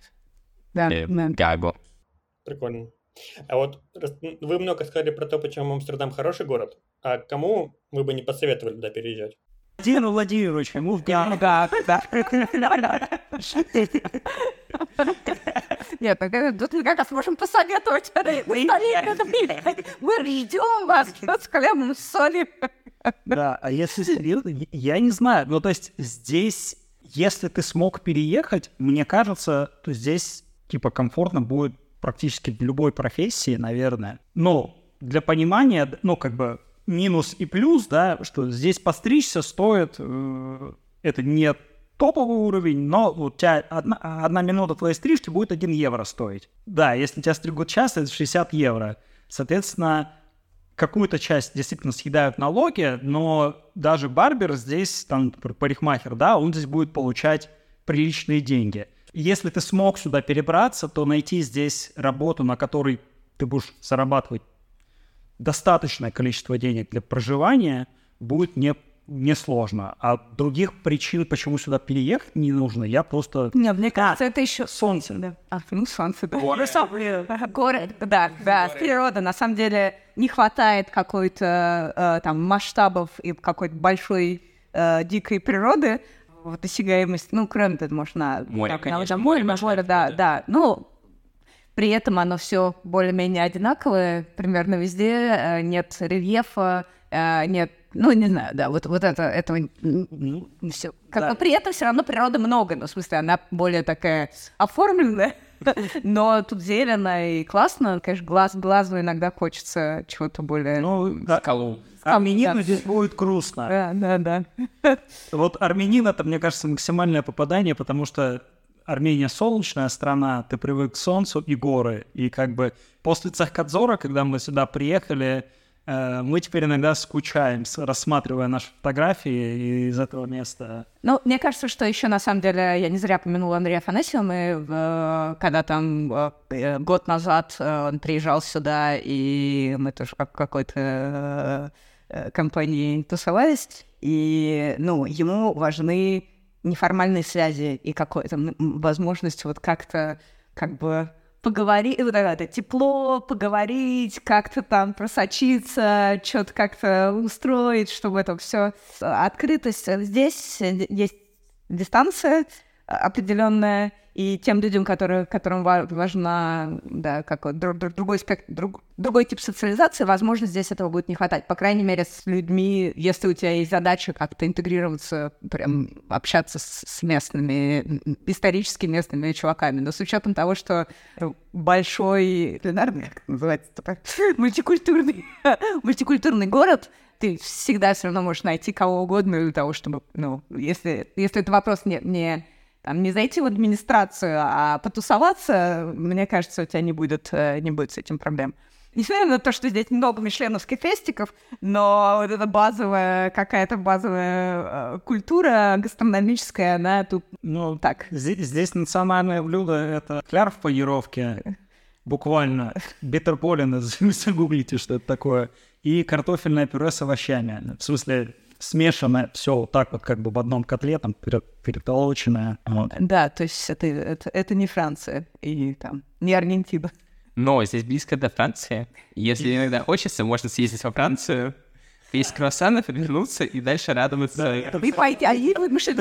[SPEAKER 4] Да,
[SPEAKER 2] Или
[SPEAKER 4] да.
[SPEAKER 2] Гаагу.
[SPEAKER 1] Прикольно. А вот вы много сказали про то, почему Амстердам хороший город. А кому вы бы не посоветовали туда переезжать?
[SPEAKER 3] Владимир Владимирович, ему в Гаагу.
[SPEAKER 4] Нет, тут мы как раз можем посоветовать. Мы ждем вас с хлебом, с солью.
[SPEAKER 3] Да, а если серьезно, я не знаю. Ну, то есть здесь, если ты смог переехать, мне кажется, то здесь, типа, комфортно будет практически в любой профессии, наверное. Но для понимания, ну, как бы, минус и плюс, да, что здесь постричься стоит, э, это не топовый уровень, но у тебя одна, одна минута твоей стрижки будет один евро стоить. Да, если тебя стригут час, это шестьдесят евро. Соответственно, какую-то часть действительно съедают налоги, но даже барбер здесь, там, парикмахер, да, он здесь будет получать приличные деньги. Если ты смог сюда перебраться, то найти здесь работу, на которой ты будешь зарабатывать достаточное количество денег для проживания, будет не несложно. А других причин, почему сюда переехать не нужно, я просто...
[SPEAKER 4] Не, мне кажется, это еще...
[SPEAKER 3] Солнце.
[SPEAKER 4] Да. А, ну, солнце, да. Город. Город, да, да, природа. На самом деле не хватает какой-то э, там масштабов и какой-то большой э, дикой природы, вот, досягаемость, ну, кроме того, может, на...
[SPEAKER 2] Море,
[SPEAKER 4] так,
[SPEAKER 2] конечно.
[SPEAKER 4] На море, на море, да, да. Ну, при этом оно все более-менее одинаковое, примерно везде, э, нет рельефа, э, нет, ну, не знаю, да, вот, вот это, этого ну, все. Как
[SPEAKER 3] Да.
[SPEAKER 4] бы при этом все равно природы много, ну, в смысле, она более такая оформленная, но тут зелено и классно, конечно, глаз глазу иногда хочется чего-то более...
[SPEAKER 3] Ну, да.
[SPEAKER 2] Скалу.
[SPEAKER 3] Армянину
[SPEAKER 4] Да.
[SPEAKER 3] здесь будет грустно.
[SPEAKER 4] Да, да, да.
[SPEAKER 3] Вот армянин — это, мне кажется, максимальное попадание, потому что Армения солнечная страна, ты привык к солнцу и горы. И как бы после Цахкадзора, когда мы сюда приехали, э, мы теперь иногда скучаем, с- рассматривая наши фотографии из этого места.
[SPEAKER 4] Ну, мне кажется, что еще на самом деле я не зря помянула Андрея Афанасьева. Мы, э, когда там э, год назад э, он приезжал сюда, и мы тоже как в какой-то э, компании тусовались, и, ну, ему важны неформальные связи и какая-то м, возможность вот как-то, как бы, поговорить, вот это тепло, поговорить, как-то там просочиться, что-то как-то устроить, чтобы это все открытость. Здесь есть дистанция определенная, и тем людям, которые, которым ва- важна, да, как вот друг- друг- другой спектр, друг- другой тип социализации, возможно, здесь этого будет не хватать. По крайней мере, с людьми, если у тебя есть задача как-то интегрироваться, прям общаться с, с местными, м, исторически местными чуваками. Но с учетом того, что большой, пленарный, как называется, мультикультурный, мультикультурный город, ты всегда все равно можешь найти кого угодно для того, чтобы, ну, если, если это вопрос не, не, там, не зайти в администрацию, а потусоваться, мне кажется, у тебя не будет, э, не будет с этим проблем. Несмотря на то, что здесь много мишленовских фестиков, но вот эта базовая, какая-то базовая э, культура гастрономическая, она тут,
[SPEAKER 3] Ну,
[SPEAKER 4] так.
[SPEAKER 3] Здесь, здесь национальное блюдо — это кляр в панировке, буквально. Беттерболлины, загуглите, что это такое. И картофельное пюре с овощами. В смысле, смешанное все вот так вот как бы в одном котле, там, пере- перетолоченное. Вот.
[SPEAKER 4] Да, то есть это, это, это не Франция и там не Аргентина.
[SPEAKER 2] Но здесь близко до Франции. Если иногда хочется, можно съездить во Францию, есть круассаны, вернуться и дальше радоваться.
[SPEAKER 4] И пойти, а и мы что-то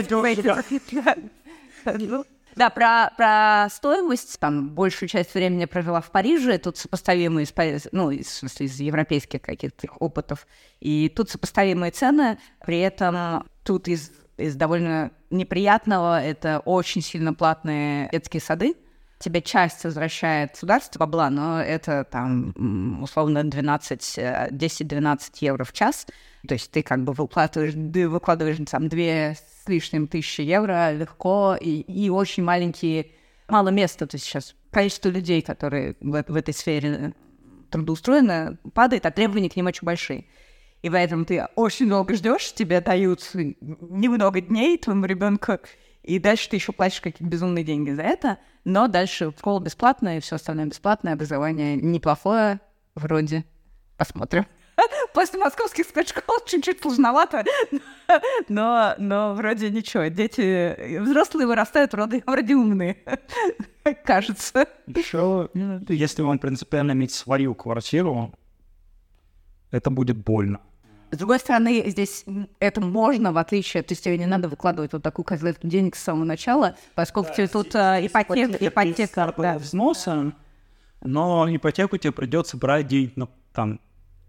[SPEAKER 4] Ну, да, про, про стоимость, там, большую часть времени провела в Париже, тут сопоставимые, с Пари- ну, из, в смысле, из европейских каких-то опытов, и тут сопоставимые цены, при этом тут из, из довольно неприятного это очень сильно платные детские сады. Тебе часть возвращает государство бабла, но это там м, условно двенадцать, десять-двенадцать евро в час. То есть ты как бы выкладываешь, ты выкладываешь там две с лишним тысячи евро легко, и, и очень маленькие, мало места. То есть сейчас количество людей, которые в, в этой сфере трудоустроены, падает, а требования к ним очень большие. И поэтому ты очень долго ждешь, тебе дают немного дней твоему ребенку, и дальше ты еще платишь какие-то безумные деньги за это, но дальше школа бесплатная, и все остальное бесплатное, образование неплохое, вроде. Посмотрим. После московских спецшкол чуть-чуть сложновато, но, но вроде ничего. Дети, взрослые вырастают вроде, вроде умные, кажется.
[SPEAKER 3] Еще, если вам принципиально иметь свою квартиру, это будет больно.
[SPEAKER 4] С другой стороны, здесь это можно, в отличие, то есть тебе не надо выкладывать вот такую козлетку денег с самого начала, поскольку тебе тут э, ипотека, ипотека, да.
[SPEAKER 3] Взноса, но ипотеку тебе придется брать где-нибудь на, там,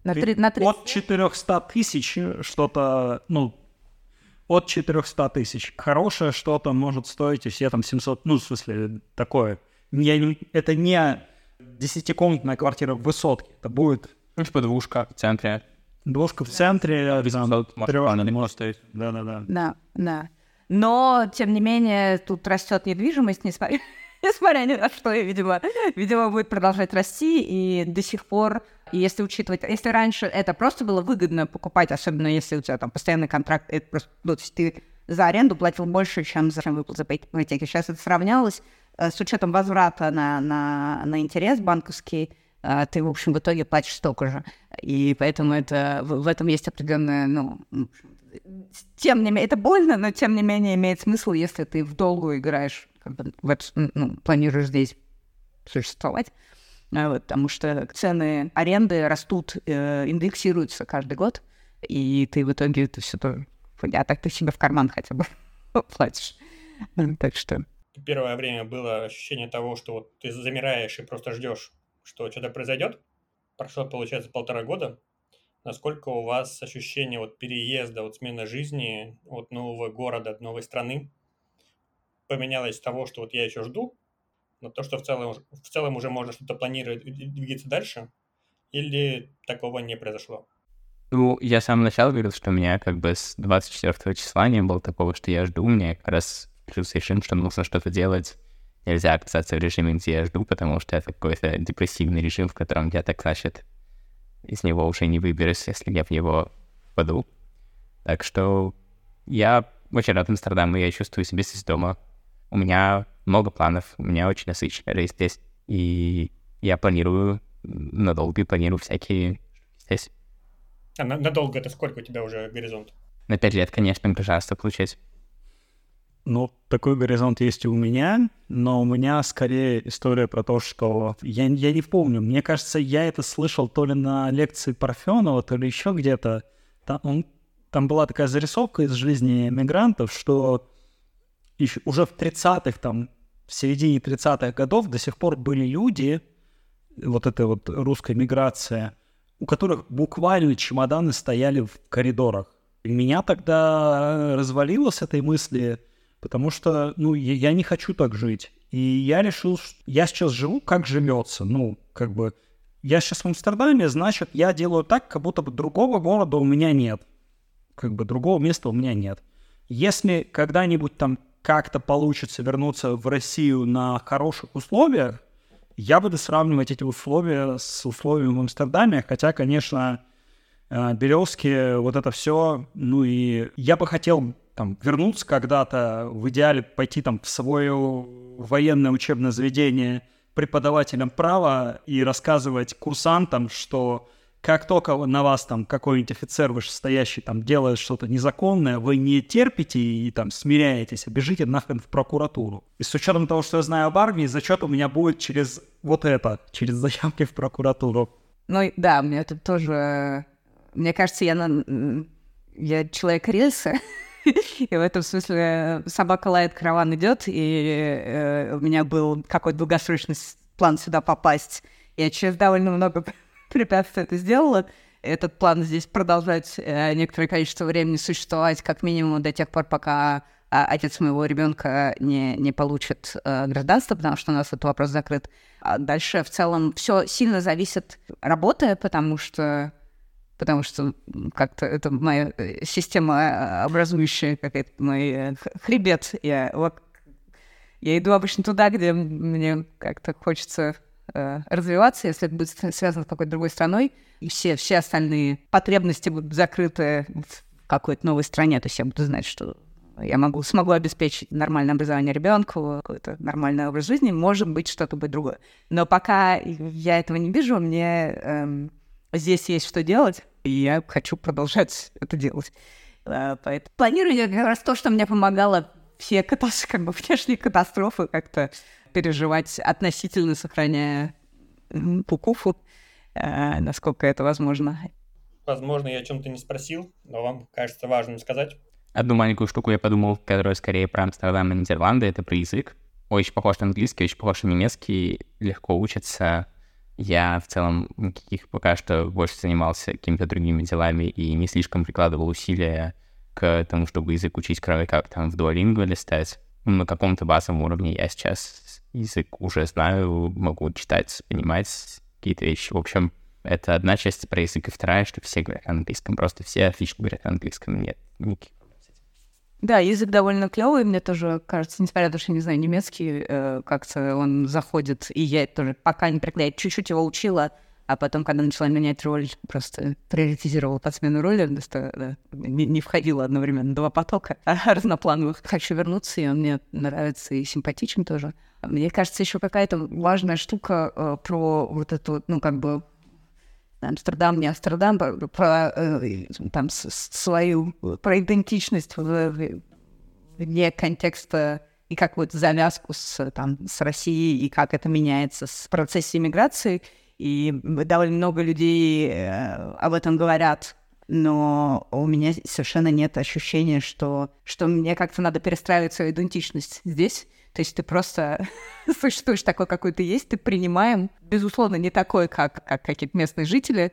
[SPEAKER 4] На, три, на тридцать?
[SPEAKER 3] От четыреста тысяч что-то, ну, от четыреста тысяч. Хорошее что-то может стоить, если там семьсот, ну, в смысле, такое. Я не, это не десятикомнатная квартира в высотке, это будет...
[SPEAKER 2] Ну, типа двушка в центре.
[SPEAKER 3] Двушка в центре,
[SPEAKER 2] восемьсот, может,
[SPEAKER 3] трёх,
[SPEAKER 2] может стоить.
[SPEAKER 3] Да-да-да.
[SPEAKER 4] Да, да. Но, тем не менее, тут растет недвижимость, несмотря, несмотря ни на что, и, видимо, видимо, будет продолжать расти, и до сих пор, если учитывать, если раньше это просто было выгодно покупать, особенно если у тебя там постоянный контракт, это просто, ну, то есть ты за аренду платил больше, чем за выплату за ипотеки. Сейчас это сравнялось с учетом возврата на, на, на интерес банковский, ты, в общем, в итоге платишь столько же. И поэтому это, в, в этом есть определенная, ну, тем не менее, это больно, но тем не менее имеет смысл, если ты в долгую играешь, как бы, в это, ну, планируешь здесь существовать. Вот, потому что цены аренды растут, э, индексируются каждый год, и ты в итоге это все то, а так ты себе в карман хотя бы платишь. Так что...
[SPEAKER 1] Первое время было ощущение того, что вот ты замираешь и просто ждешь, что что-то произойдет. Прошло, получается, полтора года. Насколько у вас ощущение вот переезда, вот смены жизни, от нового города, от новой страны поменялось с того, что вот я еще жду, на то, что в целом, в целом уже можно что-то планировать и двигаться дальше, или такого не произошло?
[SPEAKER 2] Ну, я с самого начала говорил, что у меня как бы с двадцать четвёртого числа не было такого, что я жду. У меня как раз плюс режим, что нужно что-то делать. Нельзя оказаться в режиме, где я жду, потому что это какой-то депрессивный режим, в котором я, так значит, из него уже не выберусь, если я в него впаду. Так что я очень рад Амстердаму, я чувствую себя здесь дома. У меня много планов, у меня очень насыщенная жизнь здесь. И я планирую надолго, и планирую всякие здесь.
[SPEAKER 1] А на- надолго это сколько у тебя уже горизонт?
[SPEAKER 2] На пять лет, конечно, гражданство получать.
[SPEAKER 3] Ну, такой горизонт есть и у меня, но у меня скорее история про то, что... Я, я не помню, мне кажется, я это слышал то ли на лекции Парфенова, то ли еще где-то. Там, он, там была такая зарисовка из жизни мигрантов, что еще, уже в тридцатых, там, в середине тридцатых годов до сих пор были люди, вот эта вот русская миграция, у которых буквально чемоданы стояли в коридорах. И меня тогда развалило с этой мысли... Потому что, ну, я, я не хочу так жить. И я решил, что я сейчас живу, как живется. Ну, как бы, я сейчас в Амстердаме, значит, я делаю так, как будто бы другого города у меня нет. Как бы другого места у меня нет. Если когда-нибудь там как-то получится вернуться в Россию на хороших условиях, я буду сравнивать эти условия с условиями в Амстердаме. Хотя, конечно, Березки, вот это все, ну и я бы хотел... там, вернуться когда-то, в идеале пойти там в свое военное учебное заведение преподавателем права и рассказывать курсантам, что как только на вас там какой-нибудь офицер вышестоящий там делает что-то незаконное, вы не терпите и там смиряетесь, а бежите нахрен в прокуратуру. И с учетом того, что я знаю об армии, зачет у меня будет через вот это, через заявки в прокуратуру.
[SPEAKER 4] Ну да, у меня тут тоже... Мне кажется, я, на... я человек рельса. И в этом смысле собака лает, караван идет, и э, у меня был какой-то долгосрочный план сюда попасть. Я через довольно много препятствий это сделала. Этот план здесь продолжать э, некоторое количество времени существовать, как минимум до тех пор, пока э, отец моего ребенка не, не получит э, гражданство, потому что у нас этот вопрос закрыт. А дальше в целом все сильно зависит работы, потому что... потому что как-то это моя система образующая, какая-то мой хребет. Я, вот, я иду обычно туда, где мне как-то хочется э, развиваться, если это будет связано с какой-то другой страной, и все, все остальные потребности будут закрыты в какой-то новой стране. То есть я буду знать, что я могу, смогу обеспечить нормальное образование ребенку, какой-то нормальный образ жизни, может быть, что-то будет другое. Но пока я этого не вижу, мне... Эм, здесь есть что делать, и я хочу продолжать это делать. Поэтому планирую я как раз то, что мне помогало все катастрофы, как бы внешние катастрофы как-то переживать относительно, сохраняя пукуфу, насколько это возможно.
[SPEAKER 1] Возможно, я о чем-то не спросил, но вам кажется важным сказать.
[SPEAKER 2] Одну маленькую штуку я подумал, которая скорее про Амстердам и Нидерланды, это про язык. Очень похож на английский, очень похож на немецкий, легко учится. Я в целом никаких пока что больше занимался какими-то другими делами и не слишком прикладывал усилия к тому, чтобы язык учить, кроме как там в Duolingo листать. На каком-то базовом уровне я сейчас язык уже знаю, могу читать, понимать какие-то вещи. В общем, это одна часть про язык, и вторая, что все говорят на английском. Просто все отлично говорят на английском, нет никаких проблем с этим.
[SPEAKER 4] Да, язык довольно клевый, мне тоже кажется, несмотря на то, что я не знаю немецкий, э, как-то он заходит, и я тоже пока не приклею, чуть-чуть его учила, а потом, когда начала менять роль, просто приоритизировала под смену роли, да, не, не входила одновременно два потока разноплановых. Хочу вернуться, и он мне нравится и симпатичен тоже. Мне кажется, еще какая-то важная штука э, про вот эту, ну, как бы, Амстердам, не Амстердам, про, про э, там, с, свою, про идентичность в, вне контекста и как вот завязку с, там, с Россией, и как это меняется в процессе иммиграции. И довольно много людей э, об этом говорят, но у меня совершенно нет ощущения, что, что мне как-то надо перестраивать свою идентичность здесь. То есть ты просто существуешь такой, какой ты есть, ты принимаем, безусловно, не такой, как, как какие-то местные жители,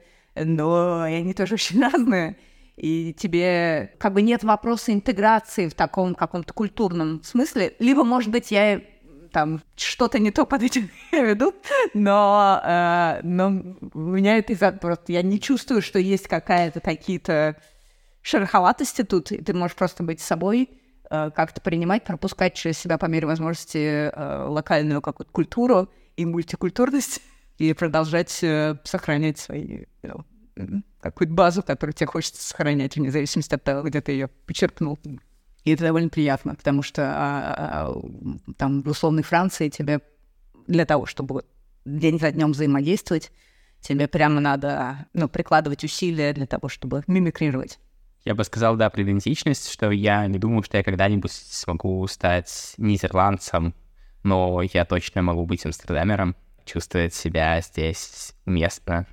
[SPEAKER 4] но они тоже очень разные. И тебе как бы нет вопроса интеграции в таком каком-то культурном смысле. Либо, может быть, я там что-то не то под этим веду, но, э, но у меня это из-за просто... Я не чувствую, что есть какая-то какие-то шероховатости тут, и ты можешь просто быть собой, э, как-то принимать, пропускать через себя по мере возможности э, локальную какую-то культуру и мультикультурность, и продолжать э, сохранять свои... You know, какую-то базу, которую тебе хочется сохранять, вне зависимости от того, где ты ее почерпнул. И это довольно приятно, потому что а, а, там в условной Франции тебе для того, чтобы день за днем взаимодействовать, тебе прямо надо, ну, прикладывать усилия для того, чтобы мимикрировать.
[SPEAKER 2] Я бы сказал, да, про идентичность, что я не думаю, что я когда-нибудь смогу стать нидерландцем, но я точно могу быть амстердамером, чувствовать себя здесь уместно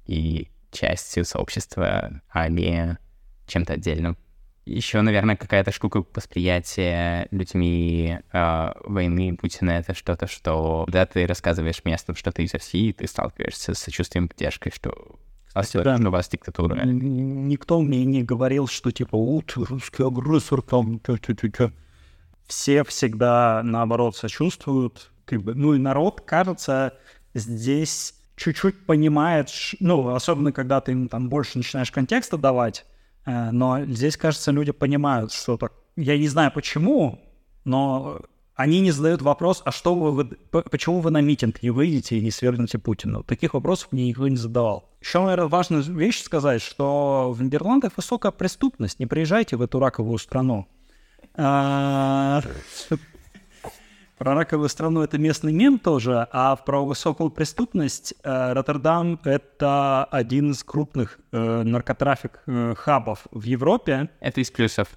[SPEAKER 2] и частью сообщества, а не чем-то отдельным. Еще, наверное, какая-то штука восприятия людьми э, войны Путина — это что-то, что когда ты рассказываешь местным, что ты из России, ты сталкиваешься с сочувствием, поддержкой, что
[SPEAKER 3] Да.
[SPEAKER 2] у вас диктатура.
[SPEAKER 3] Никто мне не говорил, что типа «О, ты русский агрессор», там, тя-тя-тя-тя. Все всегда, наоборот, сочувствуют. Как бы, ну и народ, кажется, здесь чуть-чуть понимает, ш- ну, особенно когда ты им там больше начинаешь контекста давать, э, но здесь, кажется, люди понимают, что так. Я не знаю почему, но они не задают вопрос, а что вы, п- почему вы на митинг не выйдете и не свергнете Путина? Таких вопросов мне никто не задавал. Еще, наверное, важную вещь сказать, что в Нидерландах высокая преступность. Не приезжайте в эту раковую страну. А, Про раковую страну это местный мем тоже, а про высокую преступность э, Роттердам — это один из крупных э, наркотрафик э, хабов в Европе.
[SPEAKER 2] Это из плюсов.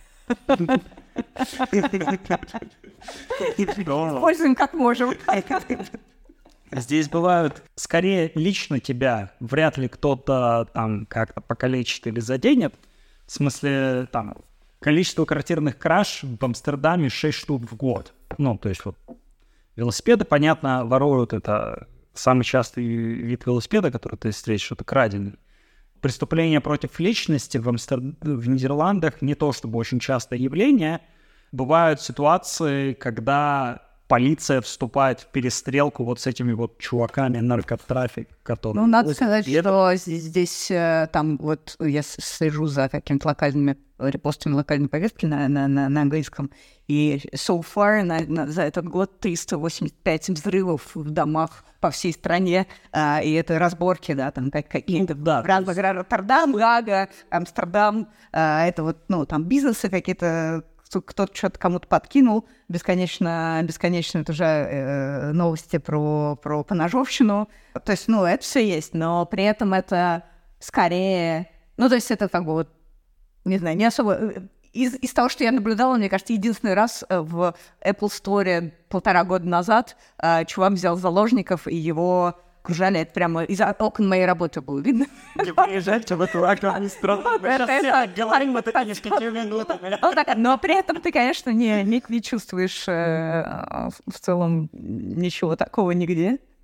[SPEAKER 4] Используем как можем.
[SPEAKER 3] Здесь бывают, скорее лично тебя вряд ли кто-то там как-то покалечит или заденет. В смысле, там, количество квартирных краж в Амстердаме шесть штук в год. Ну, то есть вот велосипеды, понятно, воруют. Это самый частый вид велосипеда, который ты встретишь, это краденый. Преступления против личности в, Амстер... в Нидерландах не то чтобы очень частое явление. Бывают ситуации, когда полиция вступает в перестрелку вот с этими вот чуваками наркотрафик, которые...
[SPEAKER 4] Ну, надо сказать, что здесь, э, там, вот, я с- слежу за какими-то локальными репостами локальной повестки на, на, на, на английском, и so far на, на, за этот год триста восемьдесят пять взрывов в домах по всей стране, а, и это разборки, да, там, как, какие-то
[SPEAKER 3] Да,
[SPEAKER 4] в разных городах. Роттердам, Гага, Амстердам, а, это вот, ну, там, бизнесы какие-то, кто-то что-то кому-то подкинул, бесконечно, бесконечно это уже э, новости про, про поножовщину. То есть, ну, это все есть, но при этом это скорее... Ну, то есть это как бы вот, не знаю, не особо... Из, из того, что я наблюдала, мне кажется, единственный раз в Apple Store полтора года назад э, чувак взял заложников, и его окружали, это прямо из окон моей работы было видно.
[SPEAKER 3] Не приезжайте в эту раковую страну. Говорим это несколько минут.
[SPEAKER 4] Но при этом ты, конечно, не, не, не чувствуешь э, в целом ничего такого нигде.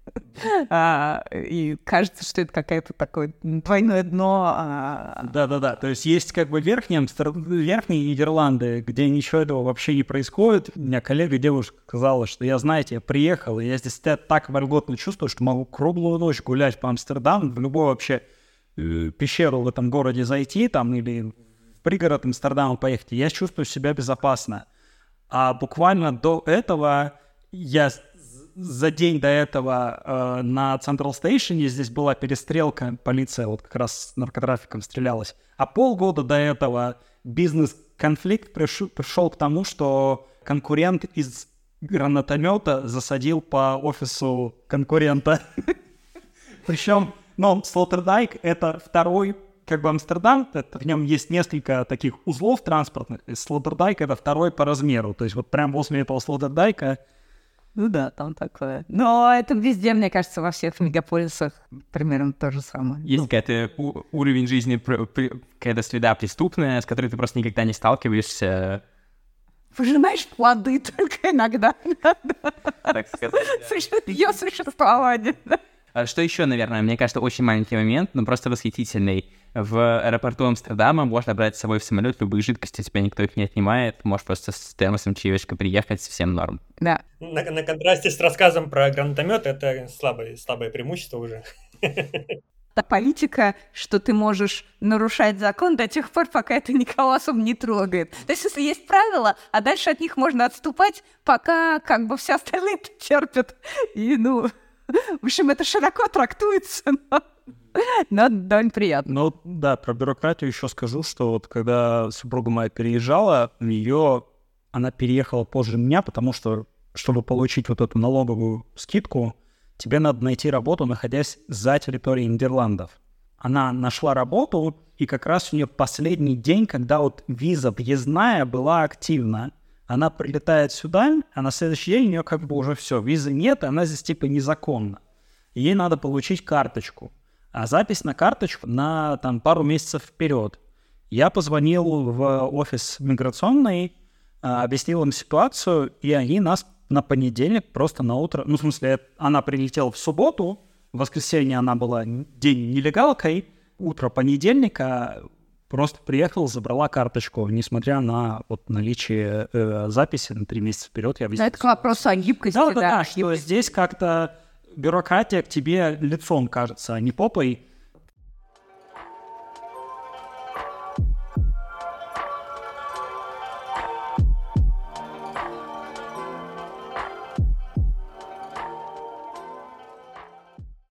[SPEAKER 4] А, и кажется, что это какое-то такое двойное дно. А...
[SPEAKER 3] Да-да-да, то есть есть как бы верхние, верхние Нидерланды, где ничего этого вообще не происходит. У меня коллега девушка сказала, что я, знаете, я приехал, и я здесь так вольготно чувствую, что могу круглую ночь гулять по Амстердаму, в любую вообще э, пещеру в этом городе зайти, там, или в пригород Амстердама поехать, и я чувствую себя безопасно. А буквально до этого я... За день до этого э, на Централ Стейшене здесь была перестрелка, полиция вот как раз с наркотрафиком стрелялась. А полгода до этого бизнес-конфликт пришел, пришел к тому, что конкурент из гранатомета засадил по офису конкурента. Причем, ну, Слоттердайк — это второй, как бы, Амстердам, это, в нем есть несколько таких узлов транспортных, и Слоттердайк — это второй по размеру. То есть вот прям после этого Слоттердайка.
[SPEAKER 4] Ну да, там такое. Но это везде, мне кажется, во всех мегаполисах примерно то же самое.
[SPEAKER 2] Есть ну, какой-то у- уровень жизни, пр- пр- какая-то среда преступная, с которой ты просто никогда не сталкиваешься.
[SPEAKER 4] Пожинаешь плоды только иногда.
[SPEAKER 2] Так сказать.
[SPEAKER 4] Ее существование.
[SPEAKER 2] Что еще, наверное, мне кажется, очень маленький момент, но просто восхитительный. В аэропорту Амстердама можно брать с собой в самолет любые жидкости, тебя никто их не отнимает. Можешь просто с термосом чаечка приехать, всем норм.
[SPEAKER 4] Да.
[SPEAKER 1] На, на контрасте с рассказом про гранатомет это слабое, слабое преимущество уже.
[SPEAKER 4] Та политика, что ты можешь нарушать закон до тех пор, пока это никого особо не трогает. То есть, если есть правила, а дальше от них можно отступать, пока как бы все остальные терпят. И, ну... В общем, это широко трактуется, но, но довольно приятно.
[SPEAKER 3] Ну да, про бюрократию еще скажу, что вот когда супруга моя переезжала, ее, она переехала позже меня, потому что, чтобы получить вот эту налоговую скидку, тебе надо найти работу, находясь за территорией Нидерландов. Она нашла работу, и как раз у нее последний день, когда вот виза въездная была активна, она прилетает сюда, а на следующий день у нее как бы уже все, визы нет, и она здесь типа незаконна. Ей надо получить карточку, а запись на карточку на там пару месяцев вперед. Я позвонил в офис миграционный, объяснил им ситуацию, и они нас на понедельник просто на утро, ну в смысле, она прилетела в субботу, в воскресенье она была день нелегалкой, утро понедельника... Просто приехала, забрала карточку, несмотря на вот наличие э, записи на три месяца вперед. Я
[SPEAKER 4] Но это к вопросу о гибкости,
[SPEAKER 3] да. Да,
[SPEAKER 4] да.
[SPEAKER 3] да, что здесь как-то бюрократия к тебе лицом кажется, а не попой.